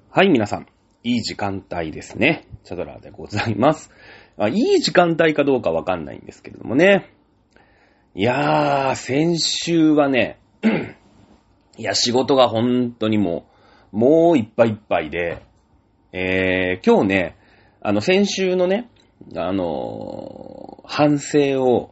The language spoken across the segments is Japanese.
はい、皆さん。いい時間帯ですね。チャドラーでございます。いい時間帯かどうかわかんないんですけれどもね。いやー、先週はね、いや、仕事が本当にもういっぱいいっぱいで、今日ね、先週のね、反省を、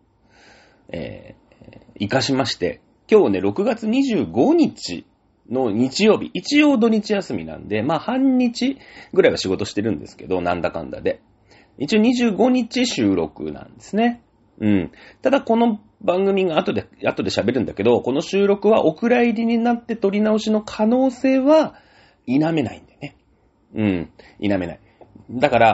活かしまして、今日ね、6月25日の日曜日、一応土日休みなんで、半日ぐらいは仕事してるんですけど、なんだかんだで。一応25日収録なんですね。ただこの番組が後で喋るんだけど、この収録はお蔵入りになって撮り直しの可能性は否めないんだよね。否めない。だから、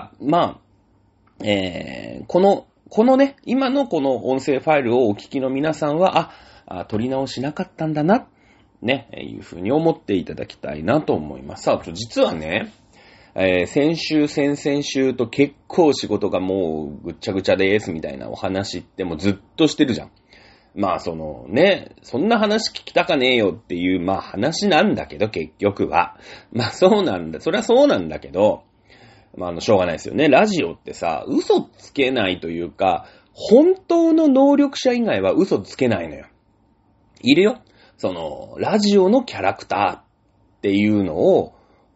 このね、今のこの音声ファイルをお聞きの皆さんは、撮り直しなかったんだな、ね、いうふうに思っていただきたいなと思います。さあ、実はね、先週、先々週と結構仕事がもうぐっちゃぐちゃですみたいなお話ってもうずっとしてるじゃん。そんな話聞きたかねえよっていう、話なんだけど結局は。そうなんだ。そりゃそうなんだけど、しょうがないですよね。ラジオってさ、嘘つけないというか、本当の能力者以外は嘘つけないのよ。いるよ。ラジオのキャラクターっていうのを、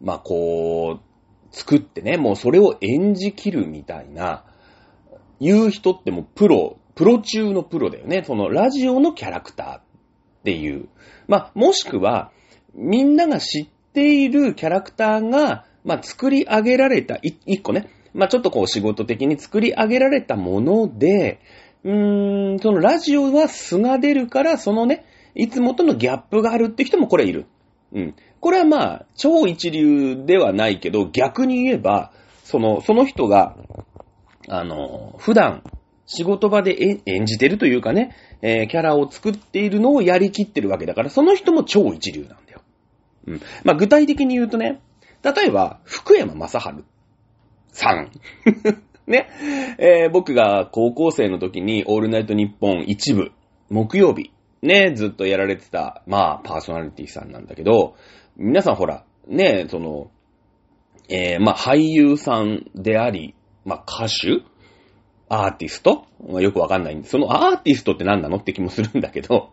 作ってね、もうそれを演じきるみたいな、いう人ってもうプロ中のプロだよね。ラジオのキャラクターっていう。もしくは、みんなが知っているキャラクターが、作り上げられた、一個ね、ちょっと仕事的に作り上げられたもので、ラジオは素が出るから、いつもとのギャップがあるって人もこれいる。これは超一流ではないけど、逆に言えば、その人が、普段、仕事場で演じてるというかね、キャラを作っているのをやりきってるわけだから、その人も超一流なんだよ。具体的に言うとね、例えば、福山雅治さん。ね、僕が高校生の時にオールナイトニッポン一部、木曜日、ね、ずっとやられてた、パーソナリティさんなんだけど、皆さんほら、ね、俳優さんであり、歌手アーティストよくわかんないんで、そのアーティストって何なのって気もするんだけど、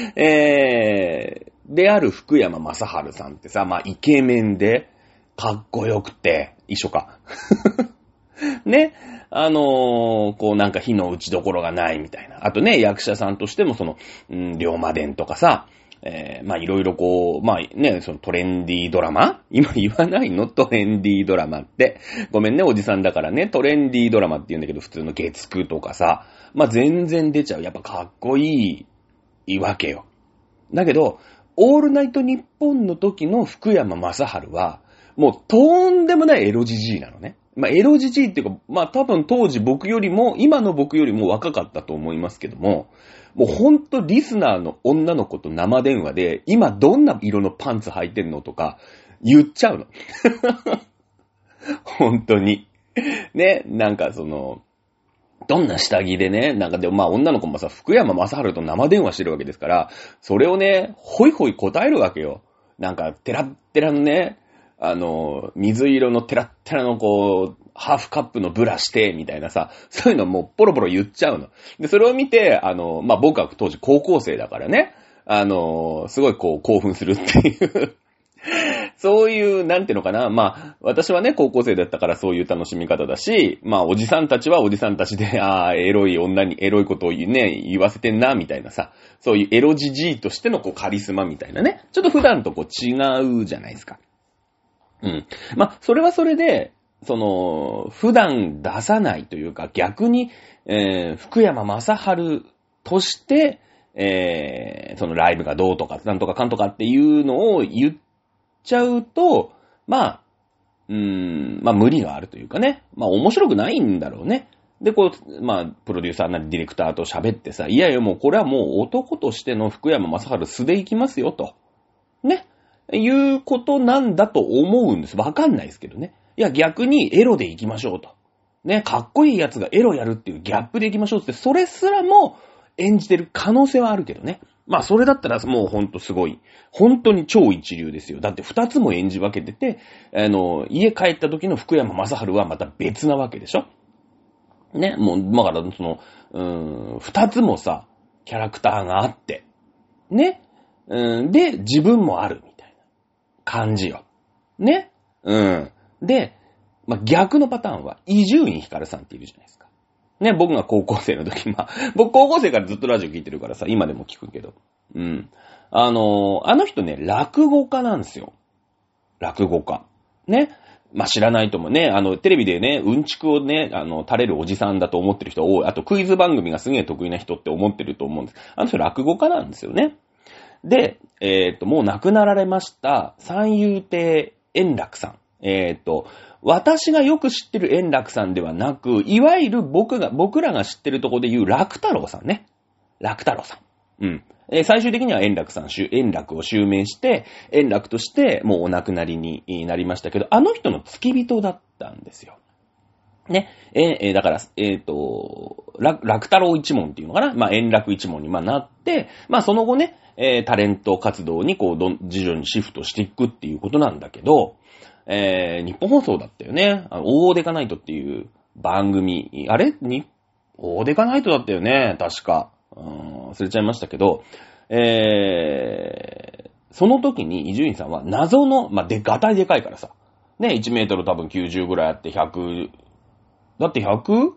である福山雅治さんってさ、イケメンで、かっこよくて、一緒か。ね。なんか火の打ちどころがないみたいな。あとね、役者さんとしても龍馬伝とかさ、いろいろトレンディードラマ今言わないのトレンディードラマって。ごめんね、おじさんだからね。トレンディードラマって言うんだけど、普通の月9とかさ、全然出ちゃう。やっぱかっこいいわけよ。だけど、オールナイトニッポンの時の福山雅治は、もうとんでもないエロジジイなのね。エロジジイっていうか、多分当時今の僕よりも若かったと思いますけども、もうほんとリスナーの女の子と生電話で、今どんな色のパンツ履いてんのとか言っちゃうの。本当に。ね、どんな下着でね、女の子もさ、福山雅治と生電話してるわけですから、それをね、ホイホイ答えるわけよ。テラッテラのね、水色のテラッテラのハーフカップのブラして、みたいなさ、そういうのもうポロポロ言っちゃうの。で、それを見て、僕は当時高校生だからね、すごい興奮するっていうそういう、なんていうのかな、私はね、高校生だったからそういう楽しみ方だし、おじさんたちはおじさんたちで、エロい女にエロいことをね、言わせてんな、みたいなさ、そういうエロジジイとしてのカリスマみたいなね、ちょっと普段と違うじゃないですか。それはそれで、普段出さないというか、逆に、福山雅治として、ライブがどうとか、なんとかかんとかっていうのを言っちゃうと、無理があるというかね。面白くないんだろうね。で、プロデューサーなりディレクターと喋ってさ、いやいやもうこれはもう男としての福山雅治素でいきますよと。ね。いうことなんだと思うんです。わかんないですけどね。いや、逆にエロでいきましょうと。ね、かっこいいやつがエロやるっていうギャップでいきましょうって、それすらも演じてる可能性はあるけどね。 まあそれだったらもうほんとすごい。本当に超一流ですよ。だって二つも演じ分けてて、家帰った時の福山雅治はまた別なわけでしょ。ね、もう、だから二つもさ、キャラクターがあって、ね、で、自分もあるみたいな感じよ。ね、で、まあ、逆のパターンは、伊集院光さんっているじゃないですか。ね、僕が高校生の時、僕高校生からずっとラジオ聞いてるからさ、今でも聞くけど。あの人ね、落語家なんですよ。落語家。ね。まあ、知らないともね、テレビでね、うんちくをね、垂れるおじさんだと思ってる人多い。あと、クイズ番組がすげえ得意な人って思ってると思うんです。人落語家なんですよね。で、もう亡くなられました、三遊亭円楽さん。私がよく知ってる円楽さんではなく、いわゆる僕らが知ってるところで言う楽太郎さんね。楽太郎さん。最終的には円楽を襲名して、円楽としてもうお亡くなりになりましたけど、あの人の付き人だったんですよ。ね。だから、楽太郎一門っていうのかな。まあ、円楽一門になって、まあ、その後ね、タレント活動に徐々にシフトしていくっていうことなんだけど、日本放送だったよね。オーデカナイトっていう番組、オーデカナイトだったよね、確か。忘れちゃいましたけど、その時に伊集院さんは謎の、ガタイでかいからさ、ね、1メートル多分90ぐらいあって100、だって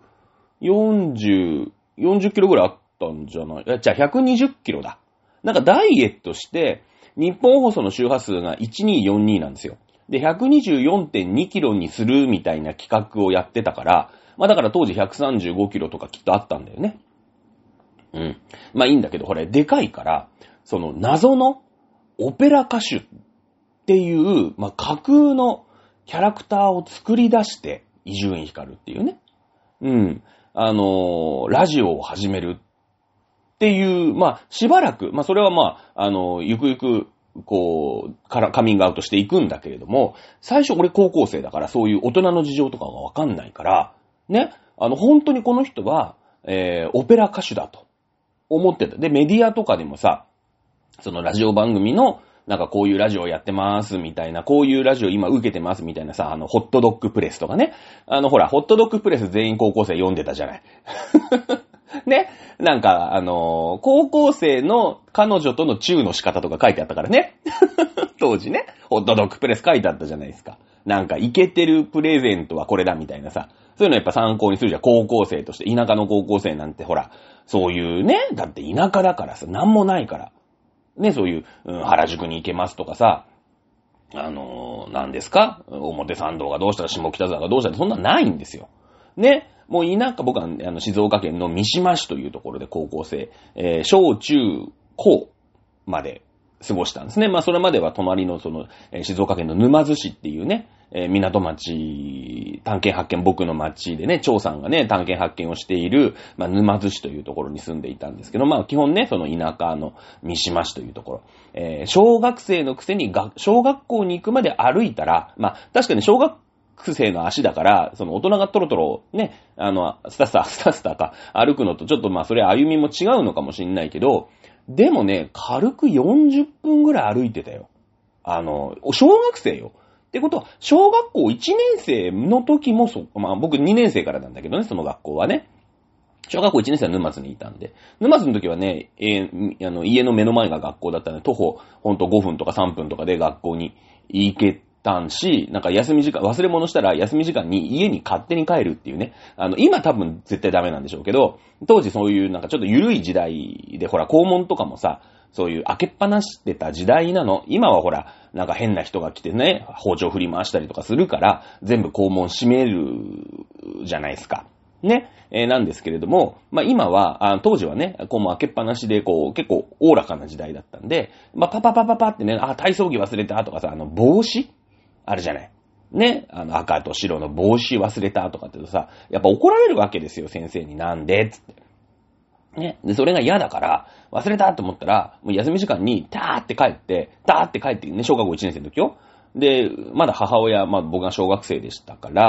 40キロぐらいあったんじゃない？じゃあ120キロだ。なんかダイエットして、日本放送の周波数が1242なんですよ。で、124.2 キロにするみたいな企画をやってたから、だから当時135キロとかきっとあったんだよね。まあいいんだけど、これでかいから、その謎のオペラ歌手っていう、架空のキャラクターを作り出して、伊集院光っていうね。ラジオを始めるっていう、しばらく、それはゆくゆく、カミングアウトしていくんだけれども、最初俺高校生だからそういう大人の事情とかがわかんないから、ね、本当にこの人は、オペラ歌手だと思ってた。で、メディアとかでもさ、そのラジオ番組の、なんかこういうラジオやってますみたいな、こういうラジオ今受けてますみたいなさ、ホットドッグプレスとかね。ほら、ホットドッグプレス全員高校生読んでたじゃない。ね。なんか、高校生の彼女とのチューの仕方とか書いてあったからね。当時ね。ホットドッグプレス書いてあったじゃないですか。なんか、イケてるプレゼントはこれだみたいなさ。そういうのやっぱ参考にするじゃん。高校生として。田舎の高校生なんてほら、そういうね。だって田舎だからさ、なんもないから。ね、そういう、原宿に行けますとかさ。何ですか？表参道がどうしたら下北沢がどうしたらそんなないんですよ。ね。もう僕は静岡県の三島市というところで高校生、小中高まで過ごしたんですね。それまでは隣の静岡県の沼津市っていうね、港町、探検発見、僕の町でね、張さんがね、探検発見をしている、沼津市というところに住んでいたんですけど、基本ね、その田舎の三島市というところ、小学生のくせに小学校に行くまで歩いたら、確かに小学生の足だから、その大人がトロトロね、スタスタか歩くのとちょっとそれ歩みも違うのかもしれないけど、でもね、軽く40分ぐらい歩いてたよ。小学生よ。ってことは、小学校1年生の時も僕2年生からなんだけどね、その学校はね。小学校1年生は沼津にいたんで。沼津の時はね、家の目の前が学校だったので、徒歩ほんと5分とか3分とかで学校に行けたんし、なんか休み時間、忘れ物したら休み時間に家に勝手に帰るっていうね。今多分絶対ダメなんでしょうけど、当時そういうなんかちょっと緩い時代で、ほら、校門とかもさ、そういう開けっぱなしてた時代なの。今はほら、なんか変な人が来てね、包丁振り回したりとかするから、全部校門閉めるじゃないですか。ね。なんですけれども、今は、当時はね、校門開けっぱなしで、結構おおらかな時代だったんで、パパってね、体操着忘れたとかさ、帽子あるじゃない。ね。赤と白の帽子忘れたとかってさ、やっぱ怒られるわけですよ、先生に。なんでつって。ね。で、それが嫌だから、忘れたと思ったら、もう休み時間に、ターって帰ってね、小学校1年生の時よ。で、まだ母親、僕が小学生でしたから、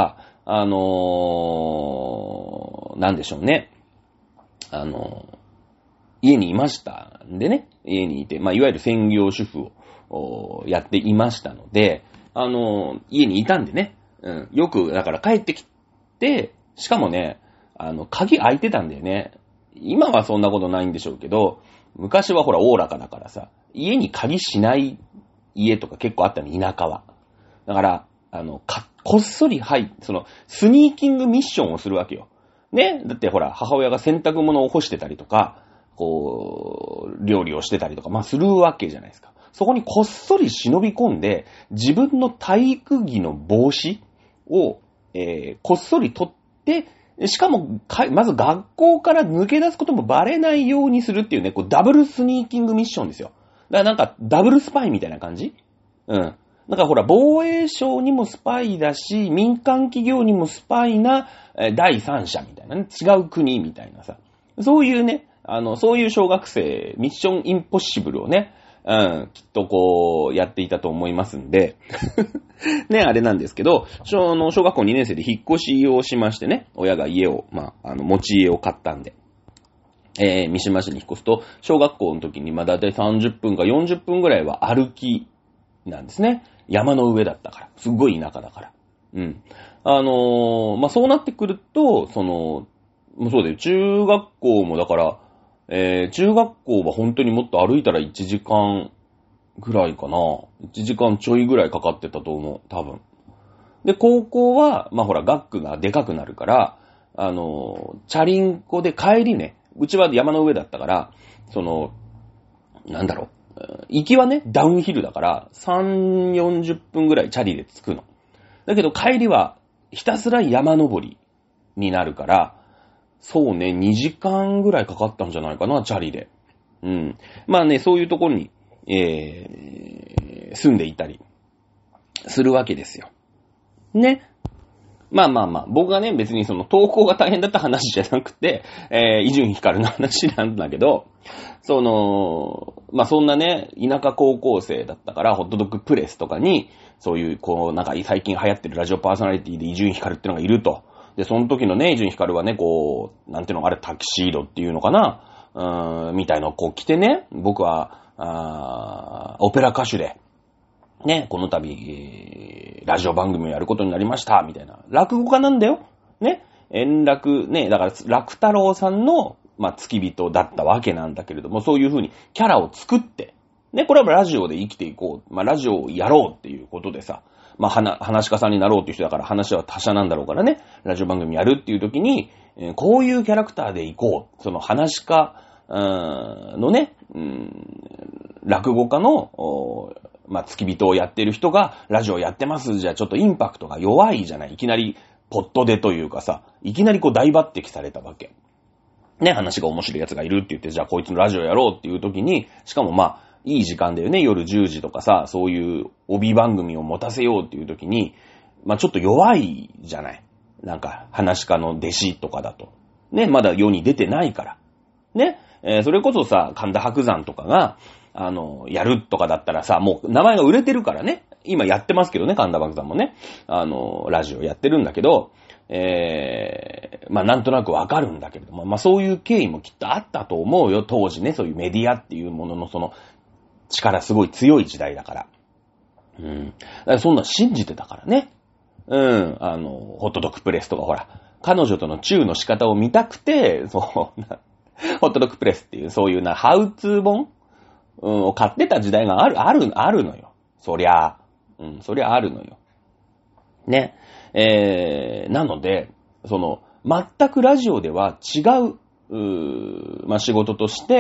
なんでしょうね。家にいましたんでね。 家にいて、まあ、いわゆる専業主婦をやっていましたので、家にいたんでね、よく、だから帰ってきて、しかもね、鍵開いてたんだよね。今はそんなことないんでしょうけど、昔はほら、おおらかだからさ、家に鍵しない家とか結構あったの、田舎は。だから、こっそりスニーキングミッションをするわけよ。ね。だってほら、母親が洗濯物を干してたりとか、料理をしてたりとか、まあ、するわけじゃないですか。そこにこっそり忍び込んで、自分の体育着の帽子を、こっそり取って、しかも、まず学校から抜け出すこともバレないようにするっていうね、ダブルスニーキングミッションですよ。だからなんか、ダブルスパイみたいな感じ？なんかほら、防衛省にもスパイだし、民間企業にもスパイな第三者みたいなね、違う国みたいなさ。そういうね、そういう小学生、ミッションインポッシブルをね、きっとやっていたと思いますんで、ね、あれなんですけど、小学校2年生で引っ越しをしましてね、親が家を、持ち家を買ったんで、三島市に引っ越すと、小学校の時にだいたい30分か40分ぐらいは歩きなんですね。山の上だったから。すっごい田舎だから。そうなってくると、そうだよ、中学校もだから、中学校は本当にもっと歩いたら1時間ぐらいかな。1時間ちょいぐらいかかってたと思う、多分。で、高校は、ほら、学区がでかくなるから、チャリンコで帰りね、うちは山の上だったから、行きはね、ダウンヒルだから、3、40分ぐらいチャリで着くの。だけど帰りは、ひたすら山登りになるから、そうね、2時間ぐらいかかったんじゃないかな、チャリで。そういうところに、住んでいたり、するわけですよ。ね。僕がね、別に登校が大変だった話じゃなくて、伊集院光の話なんだけど、そんなね、田舎高校生だったから、ホットドッグプレスとかに、そういう、最近流行ってるラジオパーソナリティで伊集院光ってのがいると。で、その時のね、伊集院光はね、なんていうのあれ、タキシードっていうのかな、みたいのを着てね、僕は、オペラ歌手で、ね、この度、ラジオ番組をやることになりました、みたいな。落語家なんだよ。ね。円楽、ね、だから楽太郎さんの、付き人だったわけなんだけれども、そういう風にキャラを作って、ね、これはラジオで生きていこう。ラジオをやろうっていうことでさ、話し家さんになろうっていう人だから話は他者なんだろうからね、ラジオ番組やるっていう時に、こういうキャラクターでいこう。その話し家のね、落語家の、付き人をやってる人がラジオやってますじゃちょっとインパクトが弱いじゃない。いきなりポットでというかさ、いきなり大抜擢されたわけ。ね、話が面白いやつがいるって言って、じゃあこいつのラジオやろうっていう時に、しかもいい時間だよね、夜10時とかさ、そういう帯番組を持たせようっていう時に、ちょっと弱いじゃない。なんか、話し家の弟子とかだと。ね、まだ世に出てないから。ね、それこそさ、神田伯山とかが、やるとかだったらさ、もう名前が売れてるからね。今やってますけどね、神田伯山もね。ラジオやってるんだけど、なんとなくわかるんだけれども、そういう経緯もきっとあったと思うよ、当時ね、そういうメディアっていうものの力すごい強い時代だから。だからそんな信じてたからね。ホットドッグプレスとかほら、彼女とのチューの仕方を見たくて、ホットドッグプレスっていうそういうハウツー本を買ってた時代があるのよ。そりゃそりゃあるのよ。ね。なので、全くラジオでは違う、仕事として、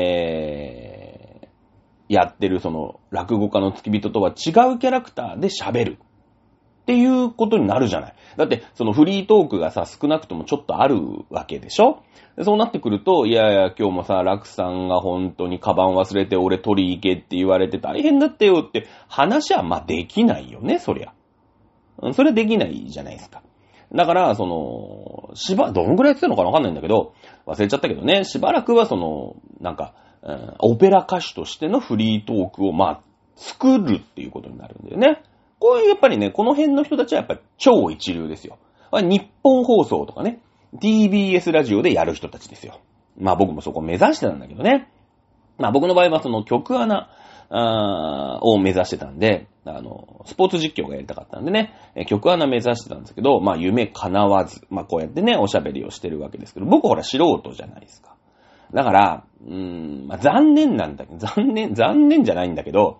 やってる落語家の付き人とは違うキャラクターで喋るっていうことになるじゃない。だってフリートークがさ、少なくともちょっとあるわけでしょ。そうなってくると、いやいや今日もさ、楽さんが本当にカバン忘れて俺取り行けって言われて大変だったよって話はできないよね、そりゃ。それできないじゃないですか。だから、どんぐらいやってたのかわかんないんだけど、忘れちゃったけどね、しばらくはオペラ歌手としてのフリートークを作るっていうことになるんだよね。こういうやっぱりね、この辺の人たちはやっぱり超一流ですよ。日本放送とかね、TBS ラジオでやる人たちですよ。僕もそこを目指してたんだけどね。 まあ僕の場合はその局アナを目指してたんで、スポーツ実況がやりたかったんでね、局アナ目指してたんですけど、まあ夢叶わず、まあこうやってね、おしゃべりをしてるわけですけど、僕ほら素人じゃないですか。だから、まあ残念なんだけど、残念じゃないんだけど、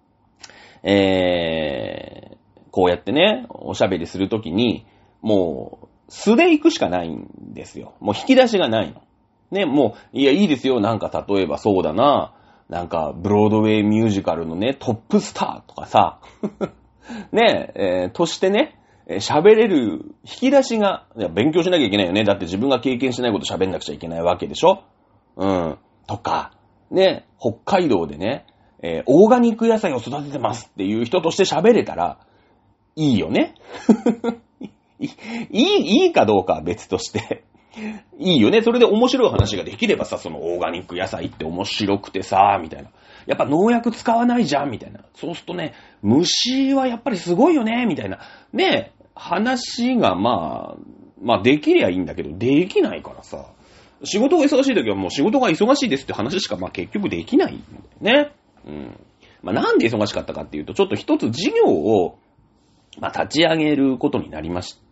こうやってね、おしゃべりするときに、もう、素で行くしかないんですよ。もう引き出しがないの。ね、もう、いや、いいですよ。なんか例えばそうだな。なんか、ブロードウェイミュージカルのね、トップスターとかさ、ね、としてね、喋れる引き出しが、いや、勉強しなきゃいけないよね。だって自分が経験しないこと喋んなくちゃいけないわけでしょ。とか、ね、北海道でね、オーガニック野菜を育ててますっていう人として喋れたら、いいよね。いいかどうかは別として。いいよね。それで面白い話ができればさ、そのオーガニック野菜って面白くてさ、みたいな。やっぱ農薬使わないじゃん、みたいな。そうするとね、虫はやっぱりすごいよね、みたいな。ね、話がまあできりゃいいんだけど、できないからさ。仕事が忙しい時はもう仕事が忙しいですって話しかまあ結局できないんだよね。まあなんで忙しかったかっていうと、ちょっと一つ事業を、まあ立ち上げることになりまして、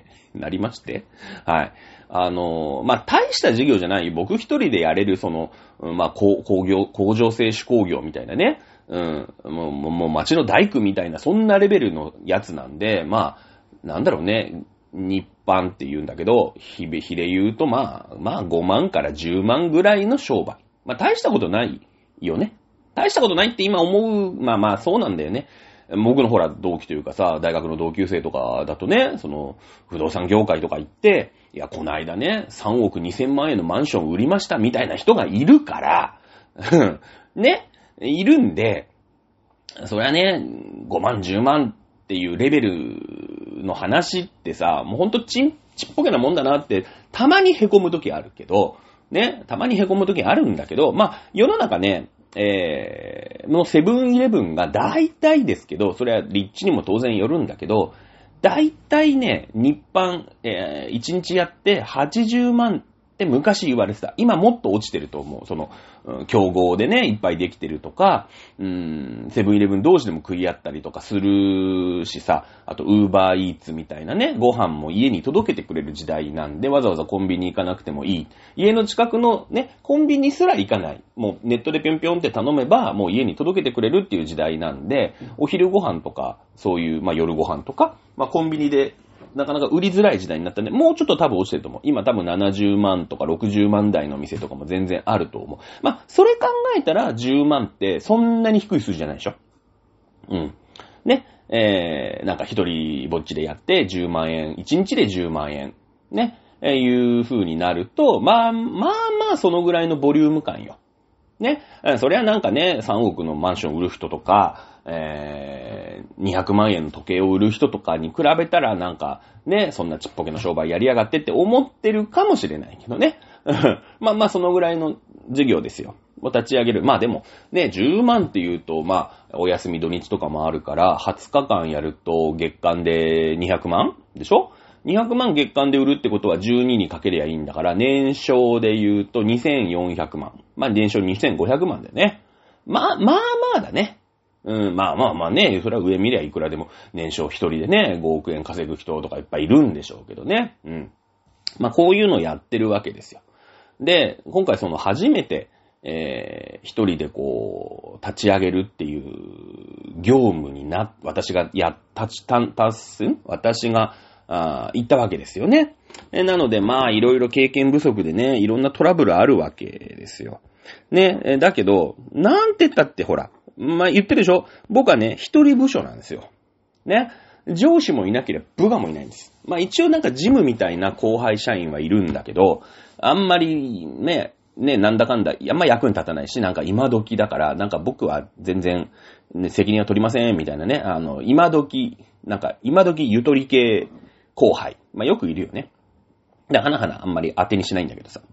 はい。まあ、大した事業じゃない、僕一人でやれる、その、まあ、工場製手工業みたいなね、もう町の大工みたいな、そんなレベルのやつなんで、まあ、なんだろうね、日販って言うんだけど、比で言うと、まあ、5万から10万ぐらいの商売。まあ、大したことないよね。大したことないって今思う、まあ、そうなんだよね。僕のほら同期というかさ、大学の同級生とかだとね、その、不動産業界とか行って、いや、この間ね、3億2000万円のマンション売りましたみたいな人がいるから、ね、いるんで、それはね、5万、10万っていうレベルの話ってさ、もうほんとちっぽけなもんだなって、たまに凹むときあるけど、ね、たまに凹むときあるんだけど、まあ、世の中ね、もうセブンイレブンが大体ですけど、それは立地にも当然よるんだけど、大体ね、日販、1日やって80万って昔言われてた。今もっと落ちてると思う。その、競合でね、いっぱいできてるとか、セブンイレブン同士でも食い合ったりとかするしさ、あとウーバーイーツみたいなね、ご飯も家に届けてくれる時代なんで、わざわざコンビニ行かなくてもいい。家の近くのね、コンビニすら行かない。もうネットでぴょんぴょんって頼めば、もう家に届けてくれるっていう時代なんで、お昼ご飯とか、そういう、まあ夜ご飯とか、まあコンビニで、なかなか売りづらい時代になったんで、もうちょっと多分落ちてると思う。今多分70万とか60万台の店とかも全然あると思う。まあ、それ考えたら10万ってそんなに低い数字じゃないでしょ。ね。なんか一人ぼっちでやって10万円、1日で10万円。ね。いう風になると、まあ、そのぐらいのボリューム感よ。ね。それはなんかね、3億のマンション売る人とか、200万円の時計を売る人とかに比べたらなんかね、そんなちっぽけな商売やりやがってって思ってるかもしれないけどね。まあそのぐらいの事業ですよ。を立ち上げる。まあでもね、10万って言うとまあお休み土日とかもあるから20日間やると月間で200万でしょ？200万月間で売るってことは12にかけりゃいいんだから、年商で言うと2400万。まあ年商2500万だよね。まあだね。まあね、それは上見りゃいくらでも年商一人でね、5億円稼ぐ人とかいっぱいいるんでしょうけどね。まあこういうのをやってるわけですよ。で、今回その初めて、一人でこう、立ち上げるっていう業務に私が行ったわけですよね。なのでまあいろいろ経験不足でね、いろんなトラブルあるわけですよ。ね、だけど、なんて言ったってほら、まあ言ってるでしょ？僕はね、一人部署なんですよ。ね。上司もいなければ部下もいないんです。まあ一応なんかジムみたいな後輩社員はいるんだけど、あんまりね、なんだかんだ、あんま役に立たないし、なんか今時だから、なんか僕は全然、ね、責任は取りません、みたいなね。今時ゆとり系後輩。まあよくいるよね。で、はなあんまり当てにしないんだけどさ。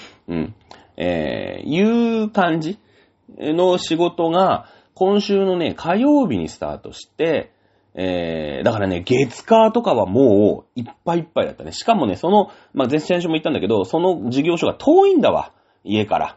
いう感じの仕事が、今週のね、火曜日にスタートして、だからね、月火とかはもういっぱいいっぱいだったね。しかもね、まあ、先週も言ったんだけど、その事業所が遠いんだわ。家から。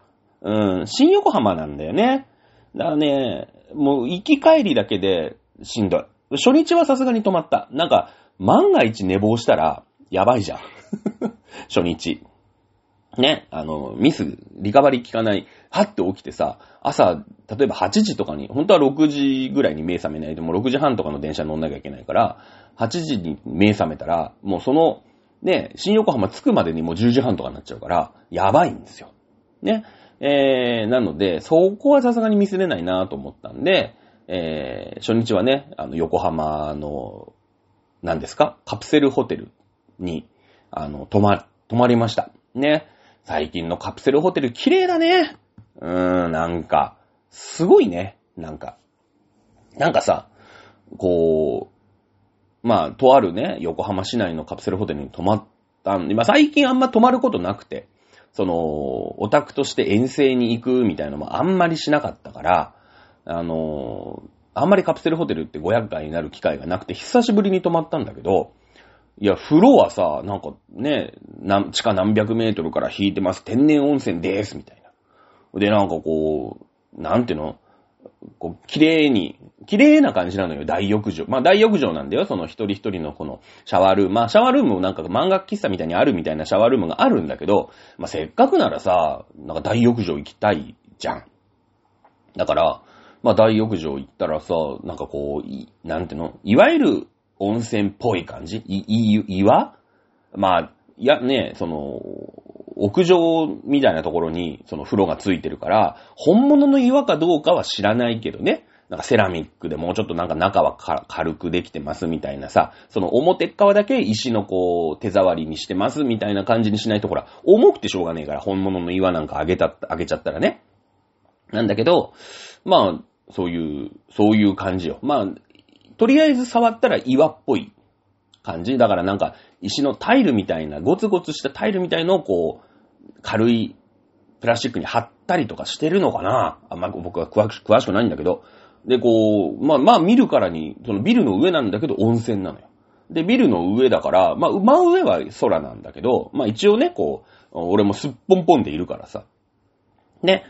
新横浜なんだよね。だからね、もう行き帰りだけでしんどい。初日はさすがに泊まった。なんか、万が一寝坊したら、やばいじゃん。初日。ね、リカバリー効かない、はって起きてさ、朝、例えば8時とかに、本当は6時ぐらいに目覚めないと、もう6時半とかの電車乗んなきゃいけないから、8時に目覚めたら、もうね、新横浜着くまでにもう10時半とかになっちゃうから、やばいんですよ。ね。なので、そこはさすがにミスれないなと思ったんで、初日はね、横浜の、何ですか？カプセルホテルに、泊まりました。ね。最近のカプセルホテル綺麗だね。なんか、すごいね。なんかさ、こう、まあ、とあるね、横浜市内のカプセルホテルに泊まったんで、まあ最近あんま泊まることなくて、オタクとして遠征に行くみたいなのもあんまりしなかったから、あんまりカプセルホテルって500回になる機会がなくて、久しぶりに泊まったんだけど、いや、風呂はさ、なんかね、地下何百メートルから引いてます、天然温泉です、みたいな。で、なんかこう、なんていうの？こう、綺麗な感じなのよ、大浴場。まあ、大浴場なんだよ、その一人一人のこのシャワールーム。まあ、シャワールームもなんか漫画喫茶みたいにあるみたいなシャワールームがあるんだけど、まあ、せっかくならさ、なんか大浴場行きたいじゃん。だから、まあ、大浴場行ったらさ、なんかこう、なんていうの？いわゆる温泉っぽい感じ？岩？まあ、いやね、屋上みたいなところに風呂がついてるから、本物の岩かどうかは知らないけどね。なんかセラミックでもうちょっとなんか中は軽くできてますみたいなさ、表側だけ石のこう手触りにしてますみたいな感じにしないと、ほら、重くてしょうがねえから、本物の岩なんかあげちゃったらね。なんだけど、まあ、そういう感じよ。まあ、とりあえず触ったら岩っぽい感じ。だからなんか、石のタイルみたいな、ゴツゴツしたタイルみたいのをこう、軽いプラスチックに貼ったりとかしてるのかな？あんま僕は詳しくないんだけど。で、こう、まあ見るからに、ビルの上なんだけど温泉なのよ。で、ビルの上だから、まあ真上は空なんだけど、まあ一応ね、こう、俺もすっぽんぽんでいるからさ。ね、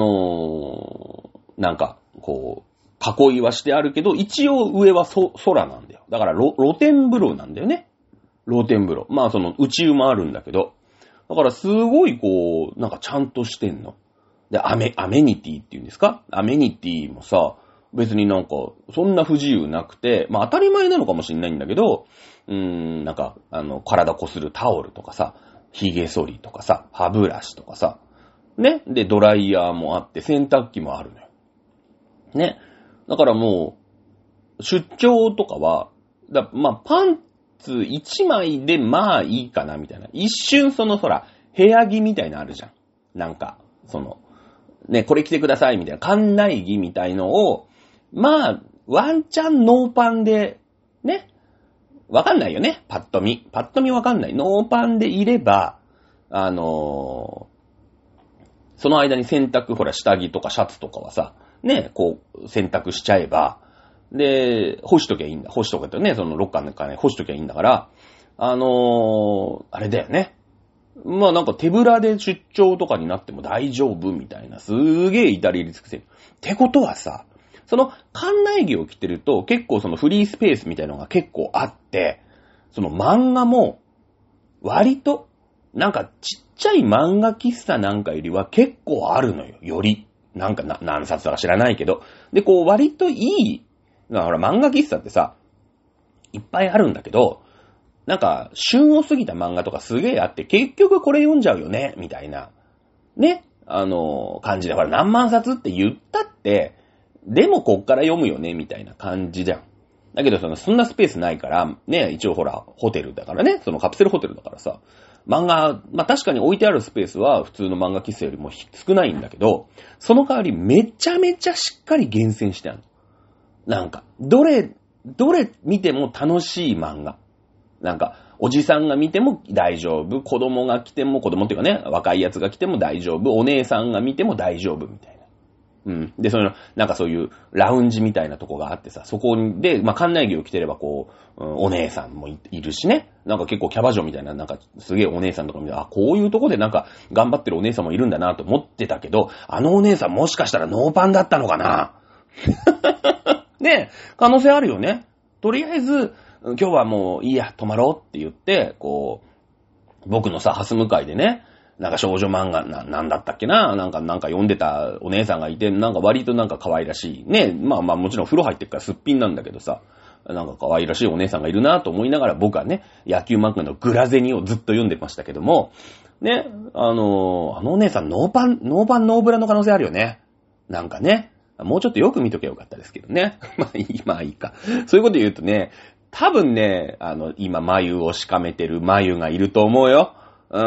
なんか、こう、囲いはしてあるけど、一応上は空なんだよ。だから露天風呂なんだよね。露天風呂。まあ内湯もあるんだけど。だからすごいこう、なんかちゃんとしてんの。で、アメニティっていうんですか？アメニティもさ、別になんか、そんな不自由なくて、まあ当たり前なのかもしれないんだけど、なんか、体こするタオルとかさ、髭剃りとかさ、歯ブラシとかさ、ね。で、ドライヤーもあって、洗濯機もあるのよ。ね。だからもう、出張とかは、まあ、パンツ1枚でまあいいかな、みたいな。一瞬ほら、部屋着みたいなのあるじゃん。なんか、ね、これ着てください、みたいな。館内着みたいのを、まあ、ワンチャンノーパンで、ね。わかんないよね。パッと見わかんない。ノーパンでいれば、その間に洗濯、ほら、下着とかシャツとかはさ、ね、こう、洗濯しちゃえば、で、干しときゃいいんだ。干しとかってね、ロッカーの中に干しときゃいいんだから、あれだよね。まあなんか手ぶらで出張とかになっても大丈夫みたいな、すげえ至れり尽くせる。ってことはさ、館内着を着てると結構フリースペースみたいなのが結構あって、漫画も割と、なんかちっちゃい漫画喫茶なんかよりは結構あるのよ。より。なんか何冊だか知らないけど。で、こう割といい、だから漫画喫茶ってさ、いっぱいあるんだけど、なんか、旬を過ぎた漫画とかすげえあって、結局これ読んじゃうよね、みたいな。ね。感じで、ほら、何万冊って言ったって、でもこっから読むよね、みたいな感じじゃん。だけどそんなスペースないから、ね、一応ほら、ホテルだからね、カプセルホテルだからさ、漫画、まあ確かに置いてあるスペースは普通の漫画喫茶よりも少ないんだけど、その代わりめちゃめちゃしっかり厳選してあるの。なんか、どれ見ても楽しい漫画。なんか、おじさんが見ても大丈夫。子供が来ても、子供っていうかね、若いやつが来ても大丈夫。お姉さんが見ても大丈夫みたいな。 うん。で、なんかそういうラウンジみたいなとこがあってさ、そこで、まあ、館内着を着てればこう、お姉さんも いるしね。なんか結構キャバ嬢みたいな、なんかすげえお姉さんとか見て、あ、こういうとこでなんか頑張ってるお姉さんもいるんだなと思ってたけど、あのお姉さんもしかしたらノーパンだったのかなね、可能性あるよね。とりあえず、今日はもういいや、泊まろうって言って、こう、僕のさ、ハス向かいでね、なんか少女漫画なんだったっけな、なんか読んでたお姉さんがいて、なんか割となんか可愛らしい。ね、まあもちろん風呂入ってるからすっぴんなんだけどさ、なんか可愛らしいお姉さんがいるなと思いながら僕はね、野球漫画のグラゼニをずっと読んでましたけども、ね、あのお姉さんノーパンノーブラの可能性あるよね。なんかね、もうちょっとよく見とけばよかったですけどね。まあいいか。そういうこと言うとね、多分ね、今眉をしかめてる眉がいると思うよ。うん。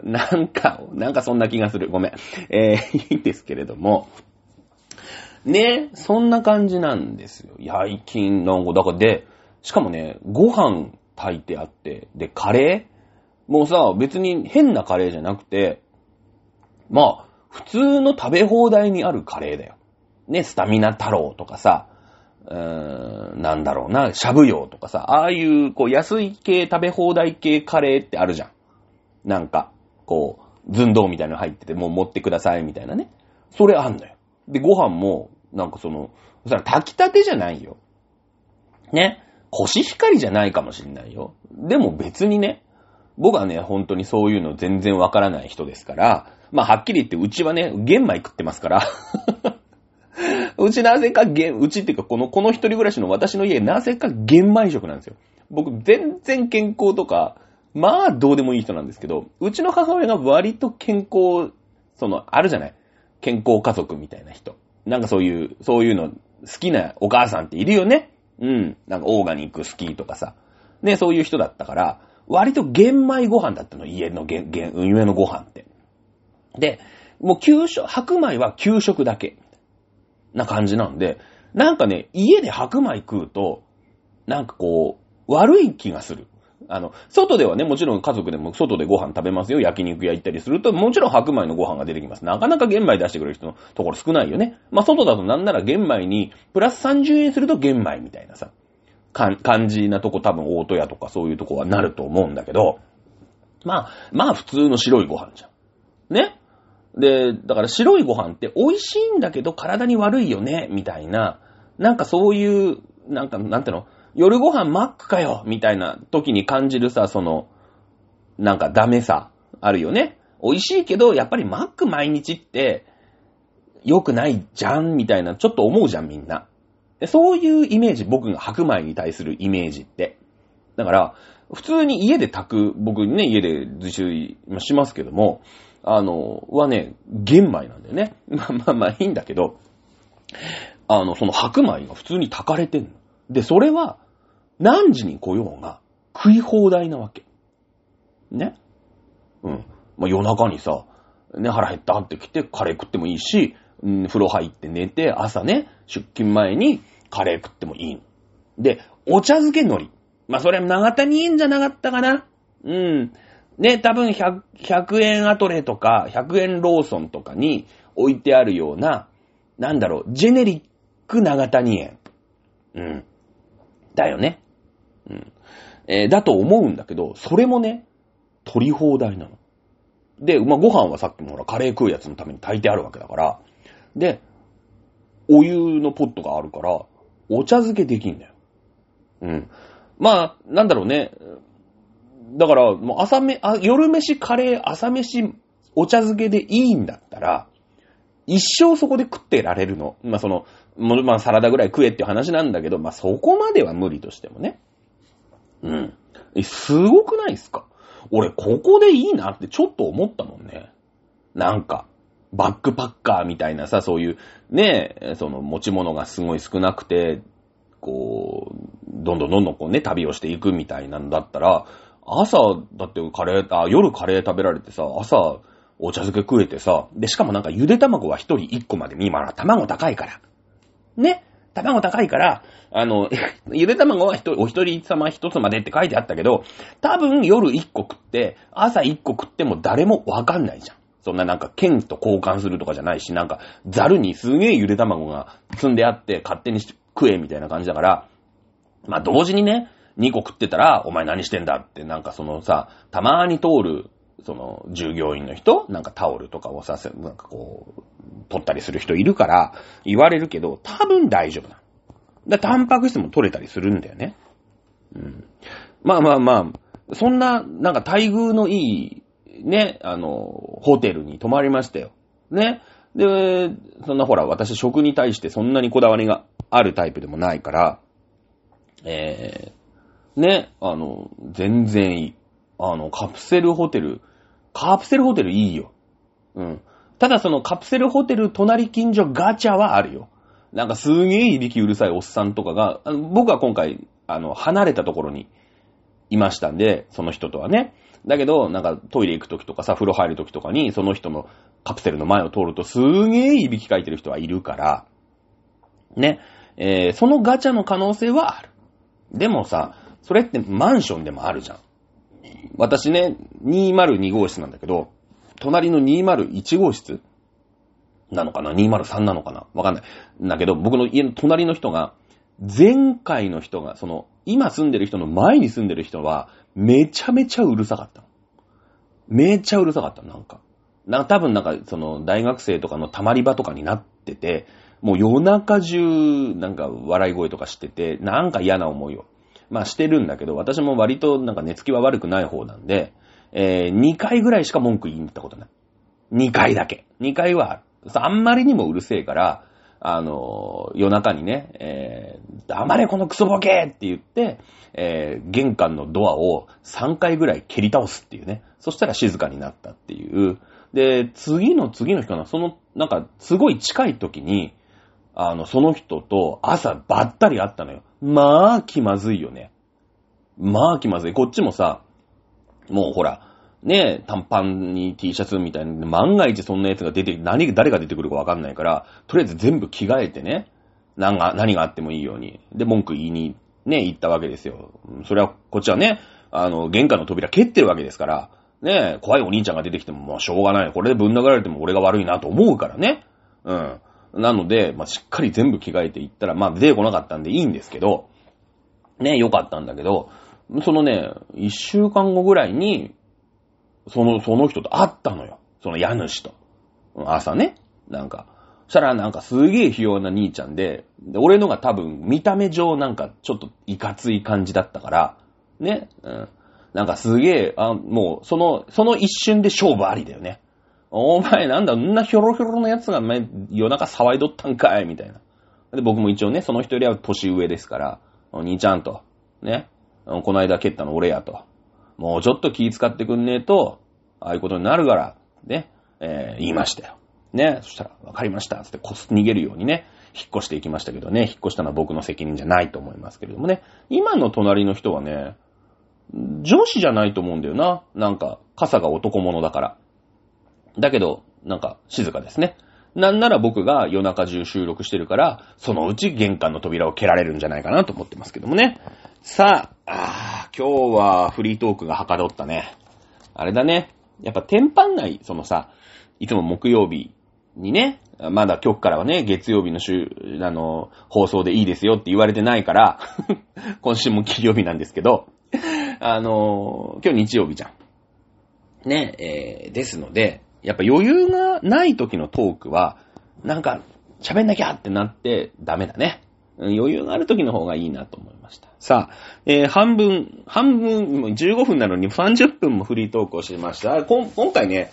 なんかそんな気がする。ごめん。いいんですけれども。ね、そんな感じなんですよ。最近なんか、だからで、しかもね、ご飯炊いてあって、で、カレーもうさ、別に変なカレーじゃなくて、まあ、普通の食べ放題にあるカレーだよ。ね、スタミナ太郎とかさ、なんだろうな、しゃぶ葉とかさ、ああいう、こう、安い系食べ放題系カレーってあるじゃん。なんか、こう、寸胴みたいなの入ってて、もう持ってくださいみたいなね。それあんのよ。で、ご飯も、なんかそれ炊きたてじゃないよ。ね。コシヒカリじゃないかもしんないよ。でも別にね、僕はね、本当にそういうの全然わからない人ですから、まあはっきり言って、うちはね、玄米食ってますから。うちなぜかうちっていうか、この一人暮らしの私の家、なぜか玄米食なんですよ。僕、全然健康とか、まあ、どうでもいい人なんですけど、うちの母親が割と健康、あるじゃない。健康家族みたいな人。なんかそういうの好きなお母さんっているよね。うん。なんかオーガニック好きとかさ。ね、そういう人だったから、割と玄米ご飯だったの、家のご飯って。で、もう白米は給食だけ。な感じなんで、なんかね、家で白米食うと、なんかこう、悪い気がする。外ではね、もちろん家族でも外でご飯食べますよ。焼肉屋行ったりすると、もちろん白米のご飯が出てきます。なかなか玄米出してくれる人のところ少ないよね。まあ、外だとなんなら玄米に、プラス30円すると玄米みたいなさ、感じなとこ多分大戸屋とかそういうとこはなると思うんだけど、まあ普通の白いご飯じゃん。ね。で、だから白いご飯って美味しいんだけど体に悪いよね、みたいな、なんかそういう、なんていうの、夜ご飯マックかよ、みたいな時に感じるさ、なんかダメさ、あるよね。美味しいけど、やっぱりマック毎日って、良くないじゃん、みたいな、ちょっと思うじゃん、みんな。でそういうイメージ、僕が白米に対するイメージって。だから、普通に家で炊く、僕ね、家で自炊しますけども、はね、玄米なんだよね。まあいいんだけど、その白米が普通に炊かれてんの。で、それは、何時に来ようが、食い放題なわけ。ね。うん。まあ夜中にさ、ね、腹減ったって来て、カレー食ってもいいし、風呂入って寝て、朝ね、出勤前にカレー食ってもいいの。で、お茶漬け海苔。まあそれは長谷園じゃなかったかな。うん。ね、多分100円アトレとか、100円ローソンとかに置いてあるような、なんだろう、ジェネリック長谷園。うん。だよね。うん。だと思うんだけど、それもね、取り放題なの。で、まあ、ご飯はさっきもほら、カレー食うやつのために炊いてあるわけだから、で、お湯のポットがあるから、お茶漬けできんだよ。うん。まあ、なんだろうね。だから、もう夜飯カレー、朝飯お茶漬けでいいんだったら、一生そこで食ってられるの。まあサラダぐらい食えっていう話なんだけど、まあそこまでは無理としてもね。うん。すごくないですか？俺、ここでいいなってちょっと思ったもんね。なんか、バックパッカーみたいなさ、そういう、ね、持ち物がすごい少なくて、こう、どんどんこうね、旅をしていくみたいなんだったら、だって夜カレー食べられてさ、朝、お茶漬け食えてさ、で、しかもなんかゆで卵は一人一個まで、今、卵高いから。ね。卵高いから、ゆで卵はお一人様一つまでって書いてあったけど、多分夜一個食って、朝一個食っても誰もわかんないじゃん。 そんななんか剣と交換するとかじゃないし、なんかザルにすげえゆで卵が積んであって勝手に食えみたいな感じだから、まあ同時にね、2個食ってたら、お前何してんだってなんかそのさ、たまーに通る、その従業員の人、なんかタオルとかをさ、なんかこう、取ったりする人いるから言われるけど、多分大丈夫な。タンパク質も取れたりするんだよね。うん。まあまあまあ、そんな、なんか待遇のいい、ね、ホテルに泊まりましたよ。ね。で、そんなほら、私食に対してそんなにこだわりがあるタイプでもないから、ね、全然いい。カプセルホテルいいよ。うん。ただそのカプセルホテル隣近所ガチャはあるよ。なんかすげえいびきうるさいおっさんとかが、僕は今回、離れたところにいましたんで、その人とはね。だけど、なんかトイレ行くときとかさ、風呂入るときとかに、その人のカプセルの前を通るとすげえいびきかいてる人はいるから、ね。そのガチャの可能性はある。でもさ、それってマンションでもあるじゃん。私ね、202号室なんだけど、隣の201号室なのかな ?203 なのかなわかんない。だけど、僕の家の隣の人が、前回の人が、今住んでる人の前に住んでる人は、めちゃめちゃうるさかったの。めちゃうるさかったの、なんか。多分大学生とかの溜まり場とかになってて、もう夜中中、なんか笑い声とかしてて、なんか嫌な思いを。まあしてるんだけど、私も割となんか寝つきは悪くない方なんで、2回ぐらいしか文句言いに行ったことない。2回だけ。2回はある。あんまりにもうるせえから、夜中にね、黙れこのクソボケって言って、玄関のドアを3回ぐらい蹴り倒すっていうね。そしたら静かになったっていう。で、次の日かな、なんか、すごい近い時に、その人と朝ばったり会ったのよ。まあ、気まずいよね。まあ、気まずい。こっちもさ、もうほら、ねえ、短パンに T シャツみたいな、万が一そんなやつが誰が出てくるかわかんないから、とりあえず全部着替えてね、何があってもいいように。で、文句言いに、ね、行ったわけですよ。それは、こっちはね、玄関の扉蹴ってるわけですから、ねえ、怖いお兄ちゃんが出てきても、もうしょうがない。これでぶん殴られても俺が悪いなと思うからね。うん。なので、まあ、しっかり全部着替えていったら、まあ、出てこなかったんでいいんですけど、ね、よかったんだけど、そのね、1週間後ぐらいに、その人と会ったのよ。その家主と。朝ね。なんか。そしたらなんかすげえひ弱な兄ちゃんで、俺のが多分見た目上なんかちょっといかつい感じだったから、ね。うん。なんかすげえ、もう、その一瞬で勝負ありだよね。お前なんだ、んなヒョロヒョロのやつが夜中騒いどったんかいみたいな。で、僕も一応ね、その人よりは年上ですから、お兄ちゃんと、ね。この間蹴ったの俺やと。もうちょっと気使ってくんねえと、ああいうことになるから、ね、言いましたよ。ね、そしたら、わかりました、つって逃げるようにね、引っ越していきましたけどね、引っ越したのは僕の責任じゃないと思いますけれどもね、今の隣の人はね、上司じゃないと思うんだよな。なんか、傘が男物だから。だけど、なんか、静かですね。なんなら僕が夜中中収録してるから、そのうち玄関の扉を蹴られるんじゃないかなと思ってますけどもね。さあ、今日はフリートークがはかどったね。あれだね。やっぱ天板内、いつも木曜日にね、まだ今日からはね、月曜日の放送でいいですよって言われてないから、今週も金曜日なんですけど、今日日曜日じゃん。ね、ですので、やっぱ余裕がない時のトークは、なんか、喋んなきゃってなってダメだね。余裕がある時の方がいいなと思いました。さあ、半分、15分なのに30分もフリートークをしました。今回ね、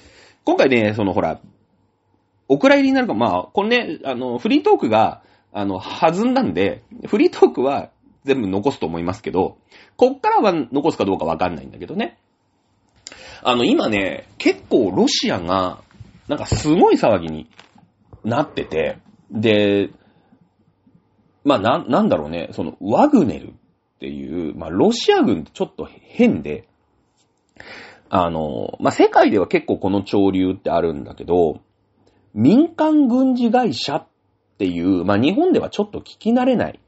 お蔵入りになるか、まあ、これね、フリートークが、弾んだんで、フリートークは全部残すと思いますけど、こっからは残すかどうかわかんないんだけどね。今ね、結構ロシアが、なんかすごい騒ぎになってて、で、まあ、なんだろうね、ワグネルっていう、まあ、ロシア軍ってちょっと変で、まあ、世界では結構この潮流ってあるんだけど、民間軍事会社っていう、まあ、日本ではちょっと聞き慣れない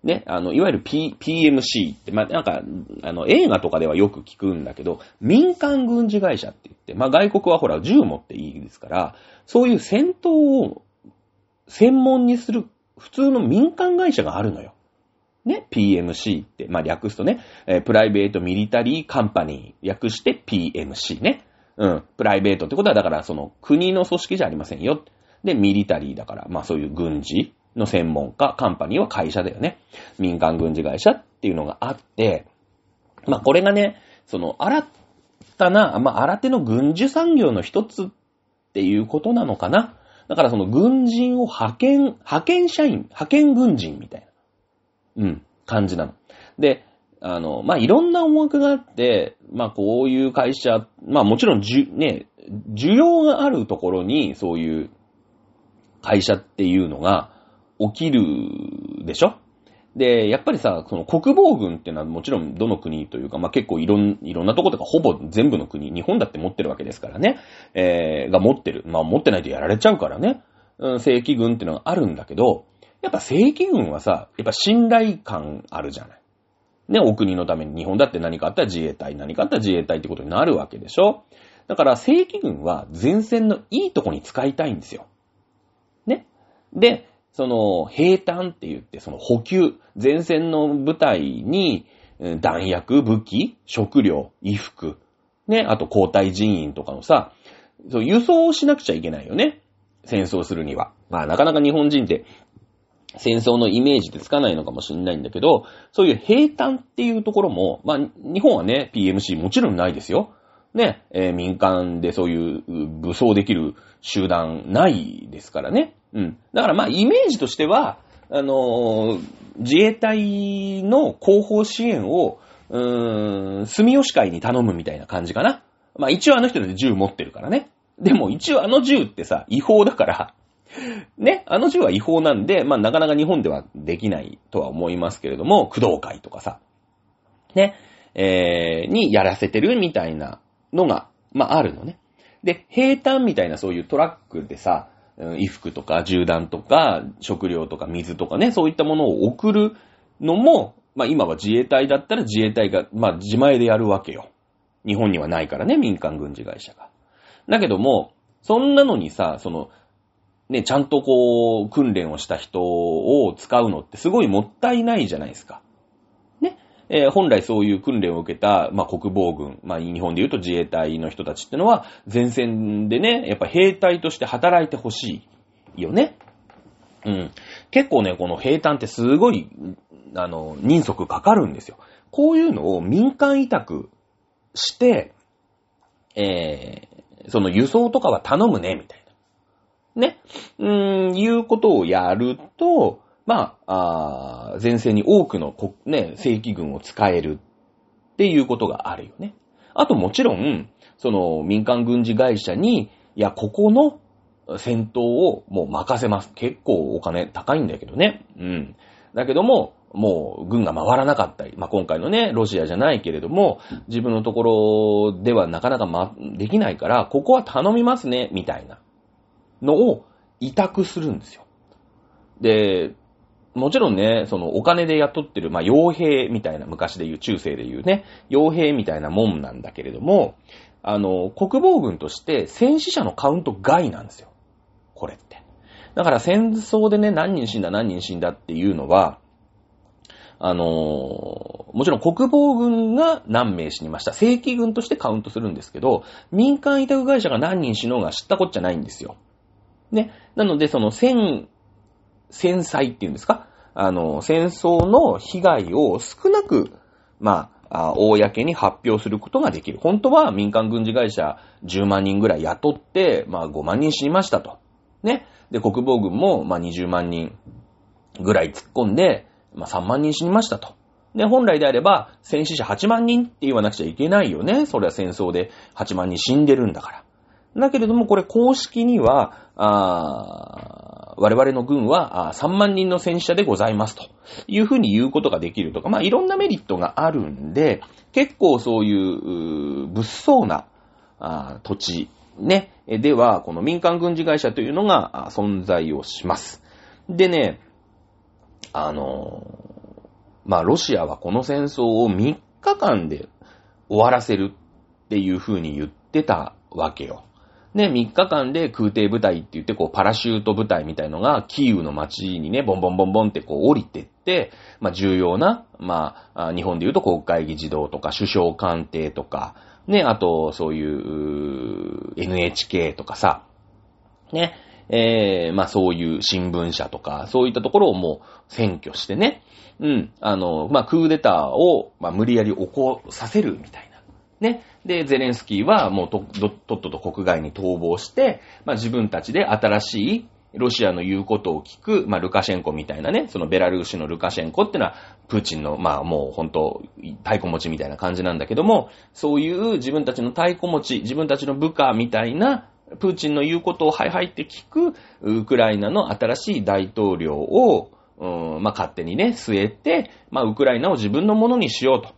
ね、いわゆる、PMC って、まあ、なんか、映画とかではよく聞くんだけど、民間軍事会社って言って、まあ、外国はほら、銃持っていいですから、そういう戦闘を専門にする普通の民間会社があるのよ。ね、PMC って、まあ、略すとね、プライベートミリタリーカンパニー、略して PMC ね。うん、プライベートってことは、だからその国の組織じゃありませんよ。で、ミリタリーだから、まあ、そういう軍事の専門家、カンパニーは会社だよね。民間軍事会社っていうのがあって、まあ、これがね、その、新たな、まあ、新手の軍需産業の一つっていうことなのかな。だからその軍人を派遣社員、派遣軍人みたいな、感じなの。で、まあ、いろんな思惑があって、まあ、こういう会社、まあ、もちろん需要があるところに、そういう会社っていうのが起きるでしょ？で、やっぱりさ、その国防軍っていうのはもちろんどの国というか、まあ、結構いろんなところとかほぼ全部の国、日本だって持ってるわけですからね、が持ってる。まあ、持ってないとやられちゃうからね、正規軍っていうのがあるんだけど、やっぱ正規軍はさ、やっぱ信頼感あるじゃない。ね、お国のために日本だって何かあったら自衛隊、何かあったら自衛隊ってことになるわけでしょ。だから正規軍は前線のいいとこに使いたいんですよ。ね。で、その、兵站って言って、その補給、前線の部隊に、弾薬、武器、食料、衣服、ね、あと交代人員とかのさ、そう輸送をしなくちゃいけないよね。戦争するには。まあ、なかなか日本人って、戦争のイメージでつかないのかもしれないんだけど、そういう兵站っていうところも、まあ、日本はね、PMC もちろんないですよ。ね、民間でそういう武装できる集団ないですからね。だからまあ、イメージとしては、自衛隊の後方支援を、住吉会に頼むみたいな感じかな。まあ一応あの人で銃持ってるからね。でも一応あの銃ってさ、違法だから、ね、あの銃は違法なんで、まあなかなか日本ではできないとは思いますけれども、工藤会とかさ、ね、にやらせてるみたいなのが、まああるのね。で、兵站みたいなそういうトラックでさ、衣服とか銃弾とか食料とか水とかね、そういったものを送るのも、まあ今は自衛隊だったら自衛隊が、まあ自前でやるわけよ。日本にはないからね、民間軍事会社が。だけども、そんなのにさ、その、ね、ちゃんとこう、訓練をした人を使うのってすごいもったいないじゃないですか。ね。本来そういう訓練を受けた、まあ、国防軍、まあ、日本で言うと自衛隊の人たちってのは、前線でね、やっぱ兵隊として働いてほしいよね。結構ね、この兵站ってすごい、人足かかるんですよ。こういうのを民間委託して、その輸送とかは頼むね、みたいな。ね。いうことをやると、まあ、前線に多くのね、正規軍を使えるっていうことがあるよね。あともちろん、その民間軍事会社に、いや、ここの戦闘をもう任せます。結構お金高いんだけどね。だけども、もう軍が回らなかったり、まあ、今回のね、ロシアじゃないけれども、自分のところではなかなかできないから、ここは頼みますね、みたいなのを委託するんですよ。で、もちろんね、そのお金で雇ってる、まあ、傭兵みたいな、昔で言う、中世で言うね、傭兵みたいなもんなんだけれども、国防軍として戦死者のカウント外なんですよ。これって。だから戦争でね、何人死んだっていうのは、もちろん国防軍が何名死にました。正規軍としてカウントするんですけど、民間委託会社が何人死のうが知ったこっちゃないんですよ。ね。なので、その戦災っていうんですか？戦争の被害を少なく、まあ、公に発表することができる。本当は民間軍事会社10万人ぐらい雇って、まあ5万人死にましたと。ね。で、国防軍も、まあ20万人ぐらい突っ込んで、まあ3万人死にましたと。で、本来であれば、戦死者8万人って言わなくちゃいけないよね。それは戦争で8万人死んでるんだから。だけれども、これ公式には、我々の軍は3万人の戦死者でございますというふうに言うことができるとか、まあいろんなメリットがあるんで、結構そういう物騒な土地、ね、では、この民間軍事会社というのが存在をします。でね、 まあロシアはこの戦争を3日間で終わらせるっていう風に言ってたわけよ。ね、3日間で空挺部隊って言って、こう、パラシュート部隊みたいのが、キーウの街にね、ボンボンボンボンってこう降りてって、まあ、重要な、まあ、日本で言うと国会議事堂とか、首相官邸とか、ね、あと、そういう、NHK とかさ、ね、まあ、そういう新聞社とか、そういったところをもう占拠してね、まあ、クーデターを、まあ、無理やり起こさせるみたいな。ね。で、ゼレンスキーはもうとっとと国外に逃亡して、まあ自分たちで新しいロシアの言うことを聞く、まあルカシェンコみたいなね、そのベラルーシのルカシェンコってのは、プーチンの、まあもう本当、太鼓持ちみたいな感じなんだけども、そういう自分たちの太鼓持ち、自分たちの部下みたいな、プーチンの言うことをはいはいって聞く、ウクライナの新しい大統領を、まあ勝手にね、据えて、まあウクライナを自分のものにしようと。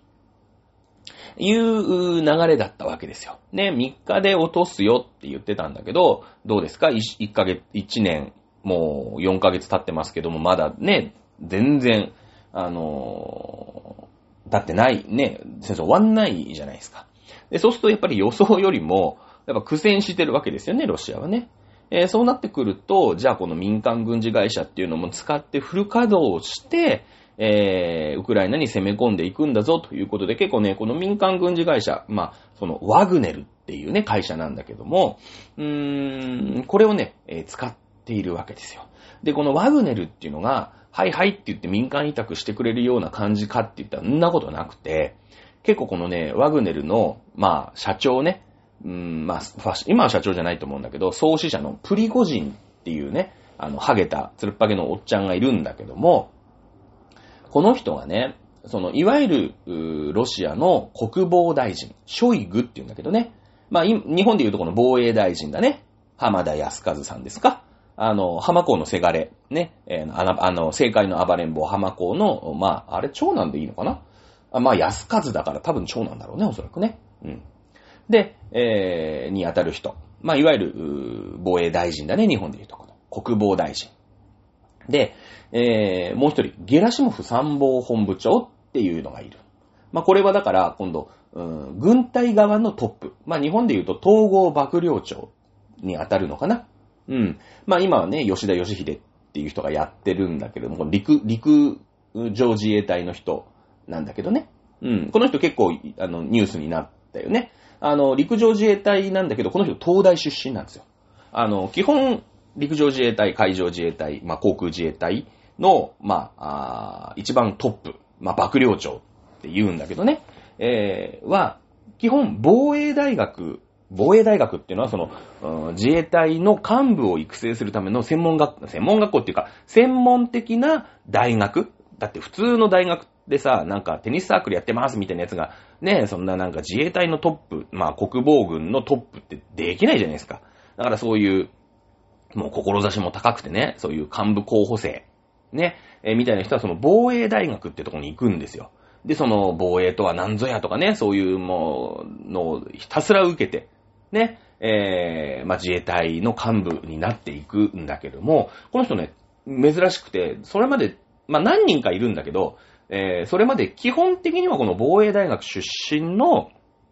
いう流れだったわけですよ。ね、3日で落とすよって言ってたんだけど、どうですか 1 ヶ月、1年、もう4ヶ月経ってますけども、まだね、全然、だってない、ね、戦争終わんないじゃないですか。で、そうするとやっぱり予想よりも、やっぱ苦戦してるわけですよね、ロシアはね。そうなってくると、じゃあこの民間軍事会社っていうのも使ってフル稼働して、ウクライナに攻め込んでいくんだぞということで、結構ね、この民間軍事会社、まあ、そのワグネルっていうね、会社なんだけども、これをね、使っているわけですよ。で、このワグネルっていうのが、はいはいって言って民間委託してくれるような感じかって言ったら、そんなことなくて、結構このね、ワグネルの、まあ、社長ね、まあ、今は社長じゃないと思うんだけど、創始者のプリゴジンっていうね、ハゲた、つるっぱげのおっちゃんがいるんだけども、この人がね、いわゆる、ロシアの国防大臣、ショイグって言うんだけどね。まあ、日本で言うとこの防衛大臣だね。浜田康和さんですか。浜港のせがれ、ね。政界の暴れん坊浜港の、まあ、あれ長男でいいのかな。まあ、康和だから多分長男だろうね、おそらくね。うん。で、に当たる人。まあ、いわゆる、防衛大臣だね、日本で言うとこの。国防大臣。で、もう一人、ゲラシモフ参謀本部長っていうのがいる。まあ、これはだから、今度、軍隊側のトップ。まあ、日本で言うと統合幕僚長に当たるのかな。うん。まあ、今はね、吉田義秀っていう人がやってるんだけども、陸上自衛隊の人なんだけどね。うん。この人結構、ニュースになったよね。陸上自衛隊なんだけど、この人東大出身なんですよ。基本、陸上自衛隊、海上自衛隊、まあ、航空自衛隊の、まあ、一番トップ、まあ、幕僚長って言うんだけどね、は、基本、防衛大学っていうのは自衛隊の幹部を育成するための専門学校っていうか、専門的な大学だって普通の大学でさ、なんかテニスサークルやってますみたいなやつが、ね、そんななんか自衛隊のトップ、まあ国防軍のトップってできないじゃないですか。だからそういう、もう志も高くてね、そういう幹部候補生、ね、みたいな人はその防衛大学ってとこに行くんですよ。で、その防衛とは何ぞやとかね、そういうものをひたすら受けて、ね、まあ自衛隊の幹部になっていくんだけども、この人ね、珍しくて、それまで、まあ何人かいるんだけど、それまで基本的にはこの防衛大学出身の、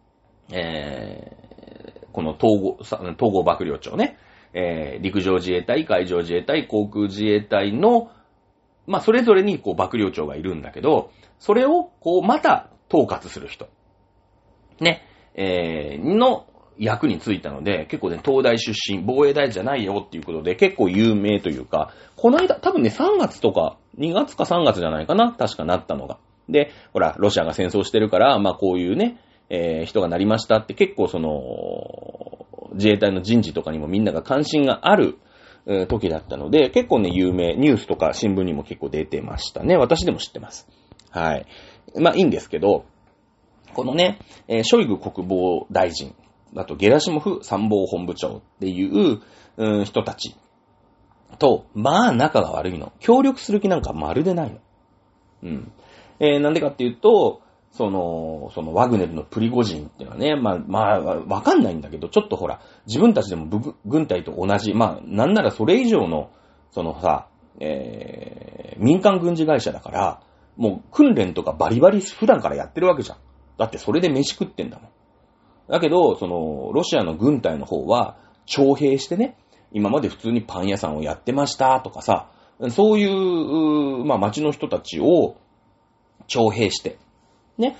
この統合幕僚長ね、陸上自衛隊、海上自衛隊、航空自衛隊の、まあ、それぞれに、こう、幕僚長がいるんだけど、それを、こう、また、統括する人。ね。の役に就いたので、結構ね、東大出身、防衛大じゃないよっていうことで、結構有名というか、この間、多分ね、3月とか、2月か3月じゃないかな、確かなったのが。で、ほら、ロシアが戦争してるから、まあ、こういうね、人がなりましたって結構自衛隊の人事とかにもみんなが関心がある時だったので、結構ね、有名、ニュースとか新聞にも結構出てましたね。私でも知ってます。はい。まあいいんですけど、このね、ショイグ国防大臣、あとゲラシモフ参謀本部長っていう、人たちと、まあ仲が悪いの。協力する気なんかまるでないの。うん。なんでかっていうと、そのワグネルのプリゴジンっていうのはね、まあ、わかんないんだけど、ちょっとほら、自分たちでも軍隊と同じ、まあ、なんならそれ以上の、民間軍事会社だから、 もう訓練とかバリバリ普段からやってるわけじゃん。だってそれで飯食ってんだもん。だけど、ロシアの軍隊の方は、徴兵してね、今まで普通にパン屋さんをやってましたとかさ、そういう、町の人たちを徴兵して、ね、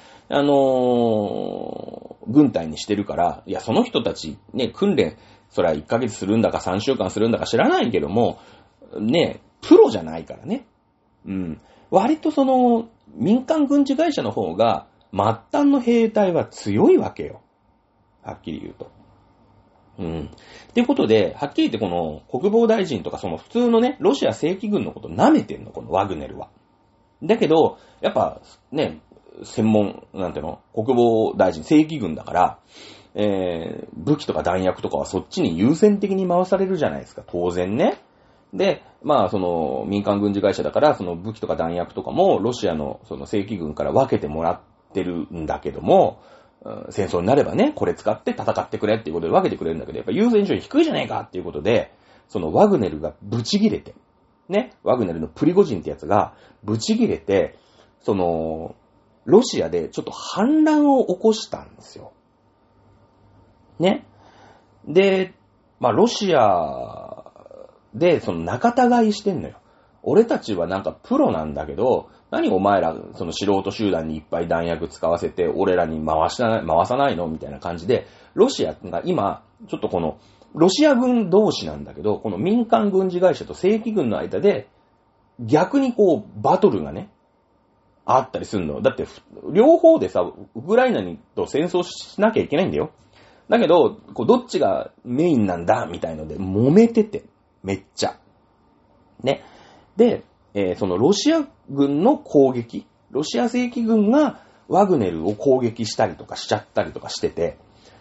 軍隊にしてるから、いや、その人たち、ね、訓練、それは1ヶ月するんだか3週間するんだか知らないけども、ね、プロじゃないからね。うん。割と民間軍事会社の方が、末端の兵隊は強いわけよ。はっきり言うと。うん。っていうことで、はっきり言ってこの国防大臣とか普通のね、ロシア正規軍のこと舐めてんの、このワグネルは。だけど、やっぱね、専門、国防大臣、正規軍だから、武器とか弾薬とかはそっちに優先的に回されるじゃないですか、当然ね。で、民間軍事会社だから、武器とか弾薬とかも、ロシアの正規軍から分けてもらってるんだけども、戦争になればね、これ使って戦ってくれっていうことで分けてくれるんだけど、やっぱ優先順位低いじゃないかっていうことで、ワグネルがブチ切れて、ね、ワグネルのプリゴジンってやつがブチ切れて、ロシアでちょっと反乱を起こしたんですよ。ね。で、ロシアで仲違いしてんのよ。俺たちはなんかプロなんだけど、何お前ら素人集団にいっぱい弾薬使わせて俺らに回さないのみたいな感じで、ロシアが今、ちょっとロシア軍同士なんだけど、この民間軍事会社と正規軍の間で、逆にバトルがね、あったりするの。だって、両方でさ、ウクライナと戦争しなきゃいけないんだよ。だけど、どっちがメインなんだみたいので、揉めてて、めっちゃ。ね。で、ロシア軍の攻撃、ロシア正規軍がワグネルを攻撃したりとかしちゃったりとかしてて、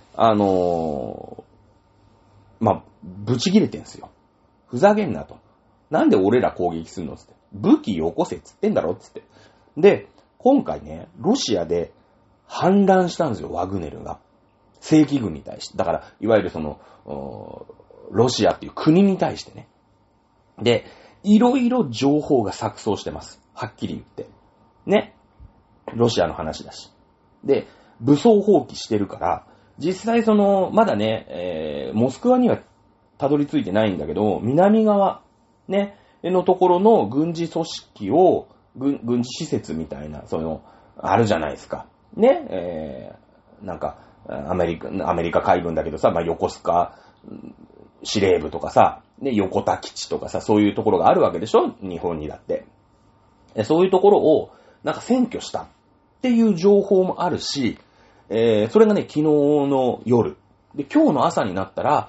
ブチ切れてんすよ。ふざけんなと。なんで俺ら攻撃するのつって。武器よこせっつってんだろっつって。で、今回ね、ロシアで反乱したんですよ、ワグネルが。正規軍に対して。だから、いわゆるロシアっていう国に対してね。で、いろいろ情報が錯綜してます。はっきり言って。ね。ロシアの話だし。で、武装蜂起してるから、実際まだね、モスクワにはたどり着いてないんだけど、南側、ね、のところの軍事組織を、軍事施設みたいな、あるじゃないですか。ね、アメリカ海軍だけどさ、横須賀司令部とかさ、ね、横田基地とかさ、そういうところがあるわけでしょ？日本にだって。そういうところを、占拠したっていう情報もあるし、それがね、昨日の夜。で、今日の朝になったら、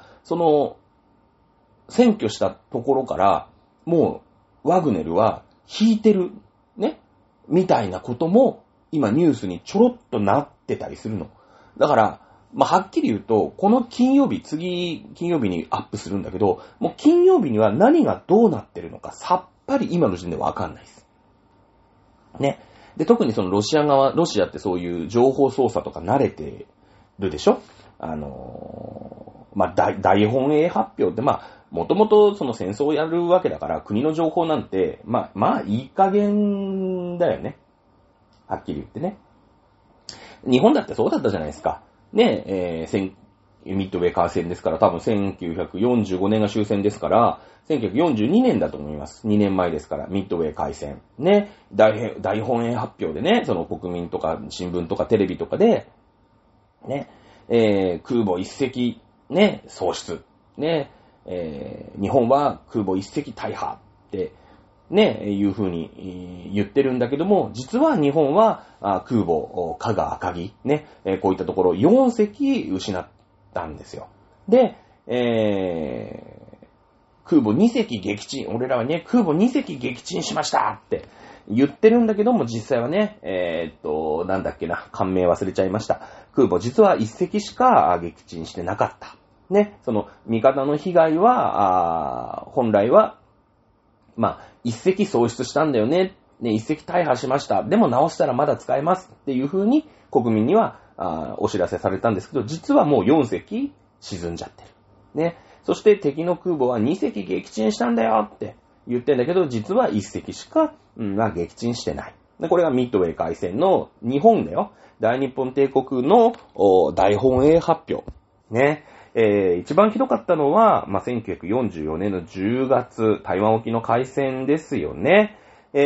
占拠したところから、もう、ワグネルは引いてる、ね、みたいなことも、今ニュースにちょろっとなってたりするの。だから、はっきり言うと、この金曜日にアップするんだけど、もう金曜日には何がどうなってるのか、さっぱり今の時点でわかんないです。ね。で、特にロシアってそういう情報操作とか慣れてるでしょ？大本営発表って、もともと戦争をやるわけだから、国の情報なんて、いい加減だよね。はっきり言ってね。日本だってそうだったじゃないですか。ね、ミッドウェー海戦ですから、多分1945年が終戦ですから、1942年だと思います。2年前ですから、ミッドウェー海戦。ね、大本営発表でね、国民とか新聞とかテレビとかで、ね、空母一隻、ね、喪失。ね、日本は空母一隻大破って、ね、いう風に言ってるんだけども、実は日本は空母、加賀赤城、ね、こういったところ4隻失ったんですよ。で、空母2隻撃沈、俺らはね、空母2隻撃沈しましたって言ってるんだけども、実際はね、なんだっけな、艦名忘れちゃいました。空母実は1隻しか撃沈してなかった。ね、味方の被害は、本来は、一隻喪失したんだよね。ね、一隻大破しました。でも直したらまだ使えますっていう風に国民にはお知らせされたんですけど、実はもう4隻沈んじゃってる。ね。そして敵の空母は2隻撃沈したんだよって言ってんだけど、実は1隻しか、撃沈してない。 で、これがミッドウェー海戦の日本だよ。大日本帝国の大本営発表。ね。一番ひどかったのは、1944年の10月、台湾沖の海戦ですよね。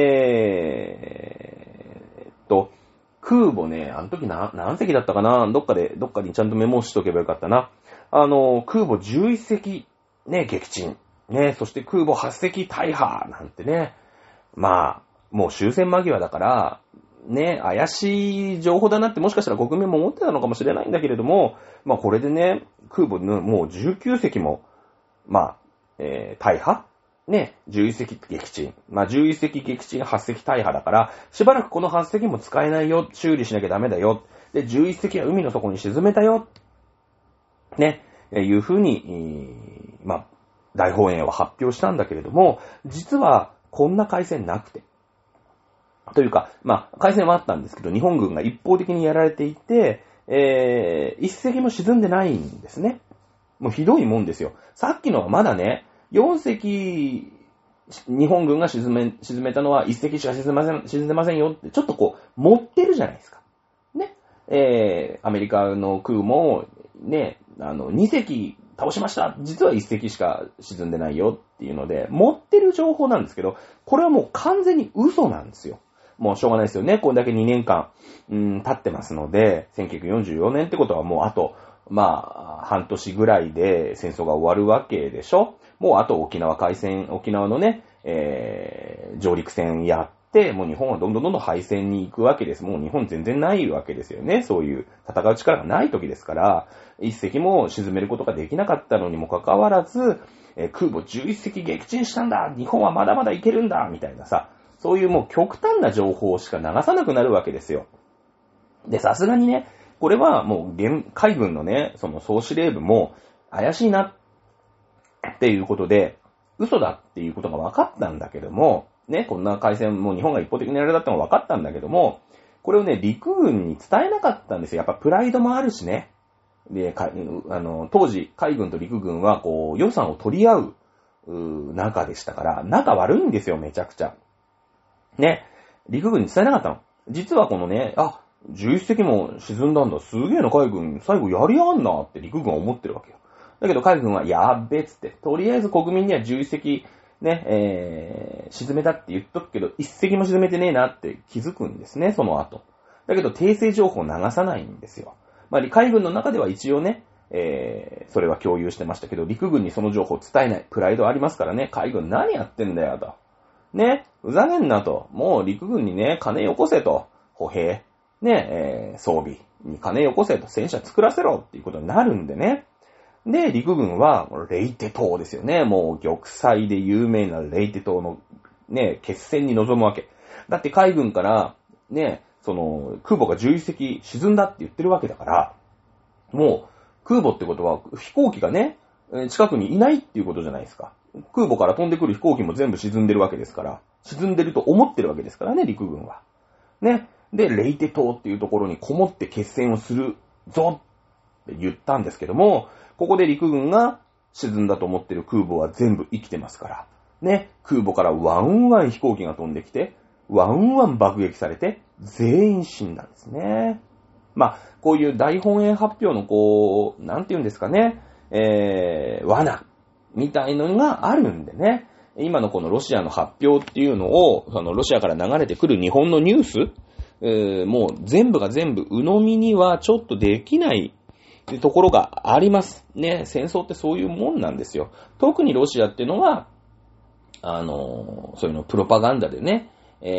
空母ね、あの時何隻だったかな、どっかにちゃんとメモしとけばよかったな。空母11隻、ね、撃沈。ね、そして空母8隻大破、なんてね。もう終戦間際だから、ね、怪しい情報だなってもしかしたら国民も思ってたのかもしれないんだけれども、これでね、空母のもう19隻も、大破ね、11隻撃沈。11隻撃沈、8隻大破だから、しばらくこの8隻も使えないよ。修理しなきゃダメだよ。で、11隻は海の底に沈めたよ。ね、いうふうに、大本営は発表したんだけれども、実はこんな海戦なくて。というか、海戦はあったんですけど、日本軍が一方的にやられていて、一隻も沈んでないんですね。もうひどいもんですよ。さっきのはまだね、4隻、日本軍が沈めたのは1隻しか沈んでませんよって、ちょっと持ってるじゃないですか。ね。アメリカの空も、ね、2隻倒しました。実は1隻しか沈んでないよっていうので、持ってる情報なんですけど、これはもう完全に嘘なんですよ。もうしょうがないですよね。これだけ2年間、経ってますので、1944年ってことはもうあと、半年ぐらいで戦争が終わるわけでしょ。もうあと沖縄のね、上陸戦やって、もう日本はどんどん敗戦に行くわけです。もう日本全然ないわけですよね。そういう戦う力がない時ですから、一隻も沈めることができなかったのにもかかわらず、空母11隻撃沈したんだ、日本はまだまだいけるんだ、みたいなさ、そういうもう極端な情報しか流さなくなるわけですよ。で、さすがにね、これはもう海軍のね、その総司令部も怪しいなっていうことで、嘘だっていうことが分かったんだけども、ね、こんな海戦も日本が一方的にやられたってのが分かったんだけども、これをね、陸軍に伝えなかったんですよ。やっぱプライドもあるしね。で、当時、海軍と陸軍は予算を取り合う仲でしたから、仲悪いんですよ、めちゃくちゃ。ね、陸軍に伝えなかったの。実はこのね、11隻も沈んだんだ、すげえな海軍、最後やりやんなって陸軍は思ってるわけよ。だけど海軍はやっべっつって、とりあえず国民には11隻ね、沈めたって言っとくけど、1隻も沈めてねえなって気づくんですね、その後。だけど訂正情報を流さないんですよ。海軍の中では一応ね、それは共有してましたけど、陸軍にその情報を伝えない。プライドありますからね、海軍何やってんだよと。ね、ふざけんなと。もう陸軍にね、金よこせと。歩兵。ね、装備に金よこせと。戦車作らせろっていうことになるんでね。で、陸軍は、レイテ島ですよね。もう玉砕で有名なレイテ島のね、決戦に臨むわけ。だって海軍から、ね、その、空母が11隻沈んだって言ってるわけだから、もう、空母ってことは飛行機がね、近くにいないっていうことじゃないですか。空母から飛んでくる飛行機も全部沈んでるわけですから、沈んでると思ってるわけですからね、陸軍は。ね。で、レイテ島っていうところにこもって決戦をするぞって言ったんですけども、ここで陸軍が沈んだと思ってる空母は全部生きてますから。ね。空母からワンワン飛行機が飛んできて、ワンワン爆撃されて、全員死んだんですね。こういう大本営発表のなんて言うんですかね、罠みたいのがあるんでね。今のこのロシアの発表っていうのを、ロシアから流れてくる日本のニュース、もう全部が全部鵜呑みにはちょっとできないところがあります。ね、戦争ってそういうもんなんですよ。特にロシアっていうのは、そういうのプロパガンダでね、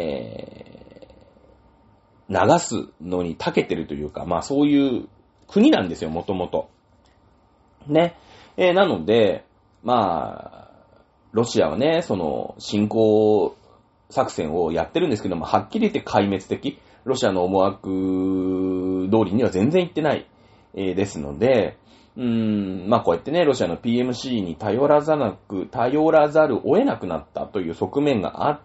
流すのに長けてるというか、そういう国なんですよ、もともと。ね。なので、ロシアはね、その、侵攻作戦をやってるんですけども、はっきり言って壊滅的。ロシアの思惑通りには全然いってない、ですので、こうやってね、ロシアの PMC に頼らざるを得なくなったという側面があって、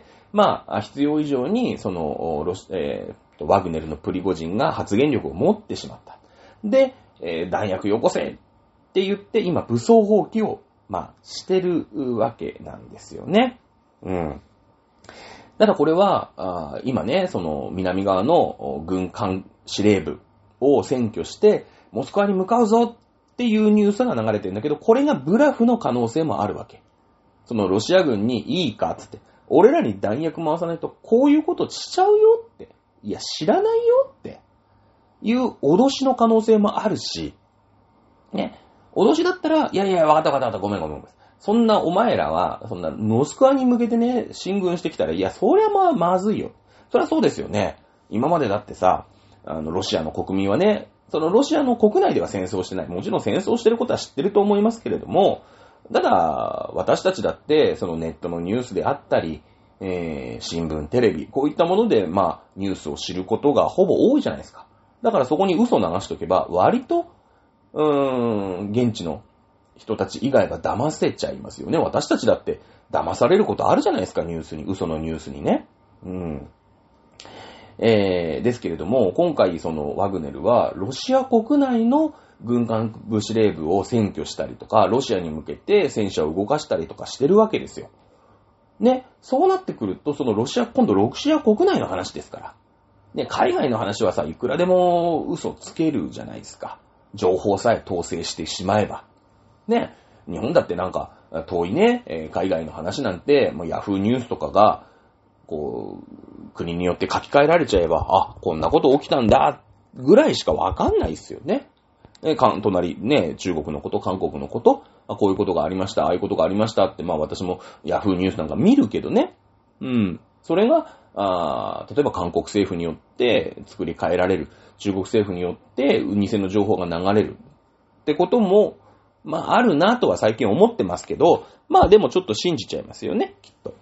必要以上に、その、ワグネルのプリゴジンが発言力を持ってしまった。で、弾薬よこせって言って、今、武装蜂起を、してるわけなんですよね。 ただこれは、今ね、その南側の軍艦司令部を占拠して、モスクワに向かうぞっていうニュースが流れてるんだけど、これがブラフの可能性もあるわけ。そのロシア軍にいいかっつって、俺らに弾薬回さないとこういうことしちゃうよって、いや知らないよっていう脅しの可能性もあるし、ね、脅しだったら、いやいや、わかったわかった、ごめん。そんなお前らは、そんなモスクワに向けてね、進軍してきたら、いや、そりゃまずいよ。そりゃそうですよね。今までだってさ、ロシアの国民はね、そのロシアの国内では戦争してない。もちろん戦争してることは知ってると思いますけれども、ただ、私たちだって、そのネットのニュースであったり、新聞、テレビ、こういったもので、ニュースを知ることがほぼ多いじゃないですか。だからそこに嘘を流しとけば、割と、現地の人たち以外が騙せちゃいますよね。私たちだって騙されることあるじゃないですか、ニュースに、嘘のニュースにね。ですけれども、今回そのワグネルは、ロシア国内の軍艦部司令部を占拠したりとか、ロシアに向けて戦車を動かしたりとかしてるわけですよ。ね、そうなってくると、その今度ロシア国内の話ですから。ね、海外の話はさ、いくらでも嘘つけるじゃないですか。情報さえ統制してしまえば。ね、日本だってなんか、遠いね、海外の話なんて、もうヤフーニュースとかが、こう、国によって書き換えられちゃえば、こんなこと起きたんだ、ぐらいしかわかんないですよね。隣、ね、中国のこと、韓国のこと、こういうことがありました、ああいうことがありましたって、私もヤフーニュースなんか見るけどね。それが、例えば韓国政府によって作り変えられる、中国政府によって偽の情報が流れるってことも、あるなとは最近思ってますけど、でもちょっと信じちゃいますよね、きっと。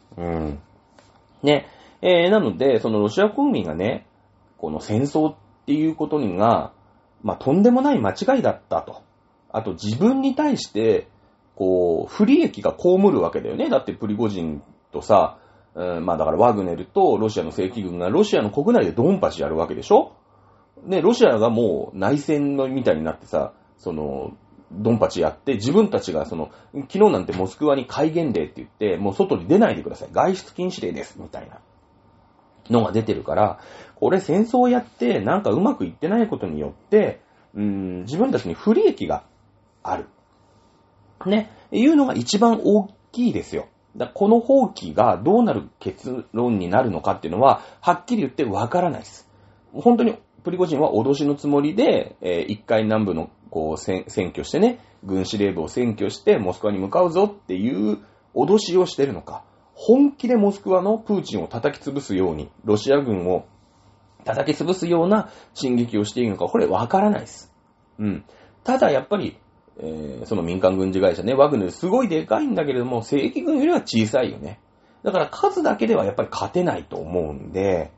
ね。なので、そのロシア国民がね、この戦争っていうことにが、とんでもない間違いだったと。あと自分に対して、不利益が被るわけだよね。だってプリゴジンとさ、だからワグネルとロシアの正規軍がロシアの国内でドンパチやるわけでしょ。ね、ロシアがもう内戦のみたいになってさ、ドンパチやって、自分たちが昨日なんてモスクワに戒厳令って言って、もう外に出ないでください。外出禁止令です。みたいなのが出てるから、これ戦争をやってなんかうまくいってないことによって、自分たちに不利益がある。ね。いうのが一番大きいですよ。この放棄がどうなる結論になるのかっていうのは、はっきり言ってわからないです。本当にプリゴジンは脅しのつもりで、一回南部の占拠してね、軍司令部を占拠してモスクワに向かうぞっていう脅しをしてるのか、本気でモスクワのプーチンを叩き潰すように、ロシア軍を叩き潰すような進撃をしているのか、これわからないです。ただやっぱり、その民間軍事会社ね、ワグネルすごいでかいんだけれども、正規軍よりは小さいよね。だから数だけではやっぱり勝てないと思うんで、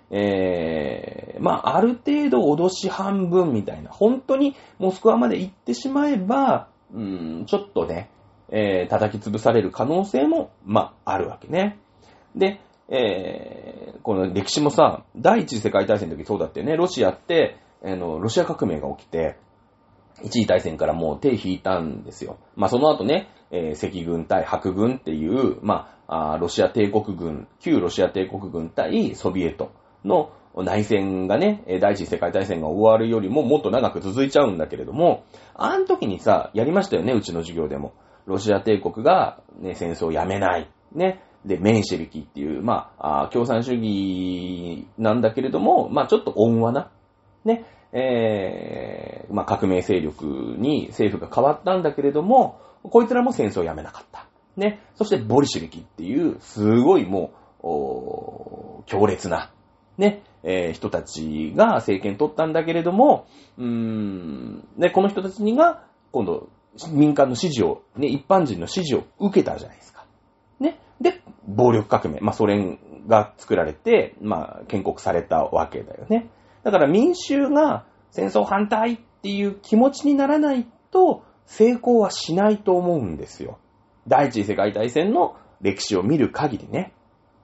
ある程度脅し半分みたいな、本当にモスクワまで行ってしまえば、ちょっとね、叩き潰される可能性も、あるわけね。で、この歴史もさ、第一次世界大戦の時そうだってね、ロシアって、ロシア革命が起きて、一次大戦からもう手引いたんですよ。その後ね、赤軍対白軍っていう、ロシア帝国軍、旧ロシア帝国軍対ソビエトの内戦がね、第一次世界大戦が終わるよりももっと長く続いちゃうんだけれども、あの時にさ、やりましたよね、うちの授業でも。ロシア帝国が、ね、戦争をやめない。ね。で、メンシェビキっていう、共産主義なんだけれども、ちょっと温和な、ね、革命勢力に政府が変わったんだけれども、こいつらも戦争をやめなかった。ね。そしてボリシェビキっていう、すごいもう、強烈な、ね、人たちが政権取ったんだけれども、ね、この人たちにが、今度、民間の支持を、ね、一般人の支持を受けたじゃないですか。ね。で、暴力革命、ソ連が作られて、建国されたわけだよね。だから民衆が戦争反対っていう気持ちにならないと成功はしないと思うんですよ。第一次世界大戦の歴史を見る限りね。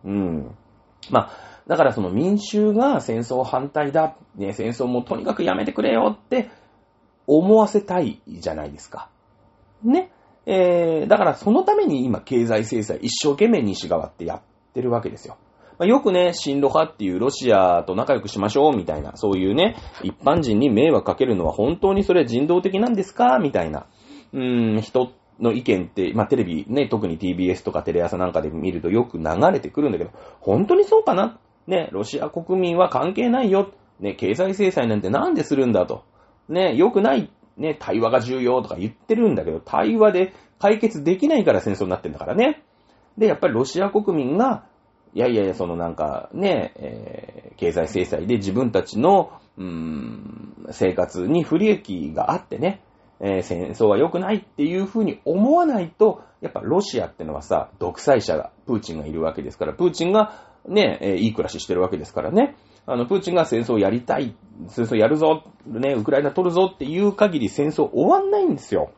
だからその民衆が戦争反対だ、ね、戦争もとにかくやめてくれよって思わせたいじゃないですか。ね。だからそのために今経済制裁一生懸命西側ってやってるわけですよ。 よくね、親ロ派っていうロシアと仲良くしましょうみたいな、そういうね、一般人に迷惑かけるのは本当にそれ人道的なんですかみたいな、人の意見って、テレビね、特に TBS とかテレ朝なんかで見るとよく流れてくるんだけど、本当にそうかなね、ロシア国民は関係ないよ。ね、経済制裁なんてなんでするんだと。ね、良くない。ね、対話が重要とか言ってるんだけど、対話で解決できないから戦争になってんだからね。で、やっぱりロシア国民が、いや、そのなんかね、経済制裁で自分たちの、生活に不利益があってね、戦争は良くないっていうふうに思わないと、やっぱロシアってのはさ、独裁者が、プーチンがいるわけですから、プーチンがね、いい暮らししてるわけですからね、プーチンが戦争やりたい、戦争やるぞ、ね、ウクライナ取るぞっていう限り戦争終わんないんですよ。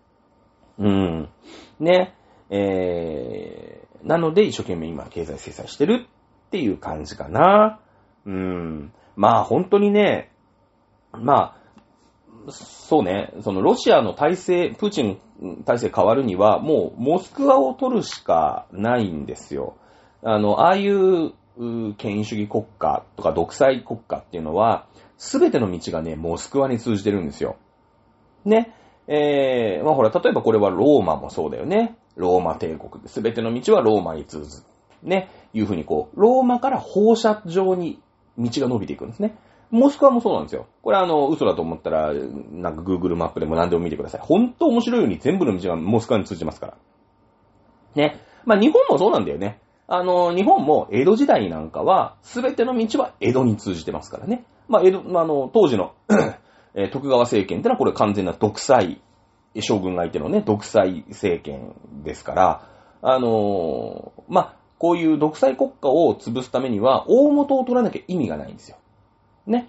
ね、なので一生懸命今経済制裁してるっていう感じかな。本当にね、そうね、そのロシアの体制、プーチン体制変わるには、もうモスクワを取るしかないんですよ。ああいう権威主義国家とか独裁国家っていうのは、すべての道がね、モスクワに通じてるんですよ。ね。ほら、例えばこれはローマもそうだよね。ローマ帝国で、すべての道はローマに通ず。ね。いうふうにローマから放射状に道が伸びていくんですね。モスクワもそうなんですよ。これ嘘だと思ったら、なんか Google マップでも何でも見てください。本当面白いように全部の道がモスクワに通じますから。ね。日本もそうなんだよね。日本も江戸時代なんかは、すべての道は江戸に通じてますからね。当時の徳川政権ってのはこれ完全な独裁、将軍がいてのね、独裁政権ですから、こういう独裁国家を潰すためには、大元を取らなきゃ意味がないんですよ。ね。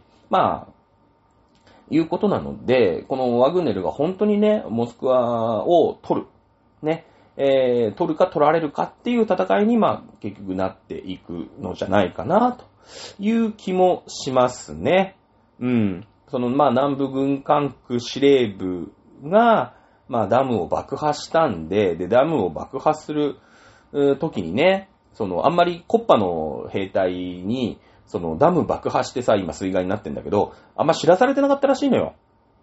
いうことなので、このワグネルが本当にね、モスクワを取る。ね。取るか取られるかっていう戦いに、結局なっていくのじゃないかな、という気もしますね。南部軍管区司令部が、ダムを爆破したんで、ダムを爆破する時にね、あんまりコッパの兵隊に、ダム爆破してさ、今水害になってんだけど、あんま知らされてなかったらしいのよ。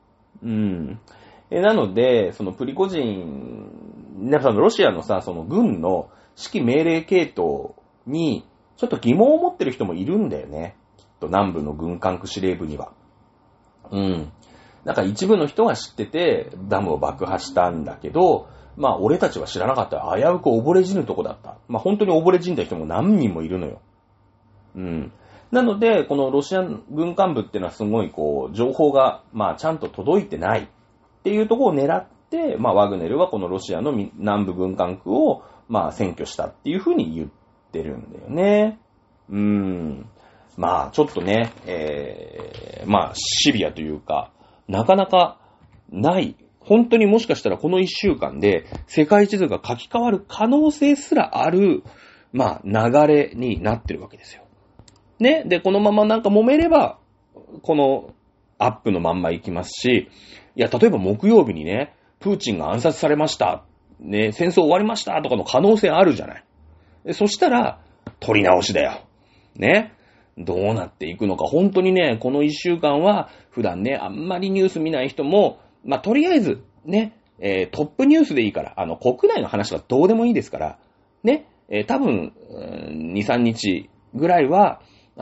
なので、プリゴジン、ロシアのさ、軍の指揮命令系統に、ちょっと疑問を持ってる人もいるんだよね。きっと南部の軍管区司令部には。なんか一部の人が知ってて、ダムを爆破したんだけど、俺たちは知らなかった。危うく溺れ死ぬとこだった。本当に溺れ死んだ人も何人もいるのよ。なので、このロシア軍幹部っていうのはすごい情報が、ちゃんと届いてないっていうところを狙って、ワグネルはこのロシアの南部軍管区を、占拠したっていうふうに言ってるんだよね。ちょっとね、シビアというか、なかなかない。本当にもしかしたらこの1週間で世界地図が書き換わる可能性すらある、流れになってるわけですよ。ね。で、このままなんか揉めれば、このアップのまんまいきますし、いや、例えば木曜日にね、プーチンが暗殺されました。ね、戦争終わりましたとかの可能性あるじゃない。そしたら、取り直しだよ。ね。どうなっていくのか。本当にね、この1週間は、普段ね、あんまりニュース見ない人も、とりあえず、ね、トップニュースでいいから、国内の話はどうでもいいですから、ね、多分、2、3日ぐらいは、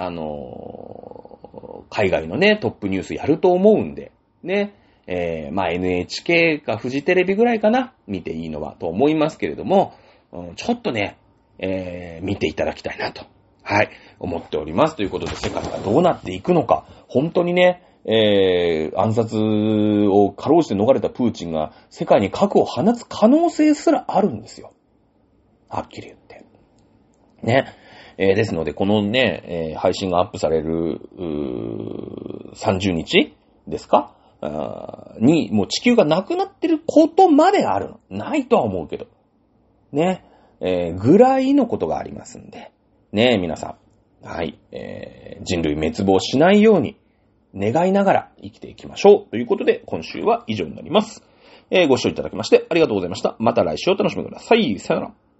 海外のね、トップニュースやると思うんで、ね、NHK かフジテレビぐらいかな、見ていいのはと思いますけれども、ちょっとね、見ていただきたいなと、思っております。ということで、世界がどうなっていくのか、本当にね、暗殺をかろうじて逃れたプーチンが世界に核を放つ可能性すらあるんですよ。はっきり言って。ね。ですので、このね、配信がアップされる、30日ですかに、もう地球がなくなってることまであるの。ないとは思うけど。ね。ぐらいのことがありますんで。ね、皆さん。人類滅亡しないように願いながら生きていきましょう。ということで、今週は以上になります。ご視聴いただきましてありがとうございました。また来週お楽しみください。さよなら。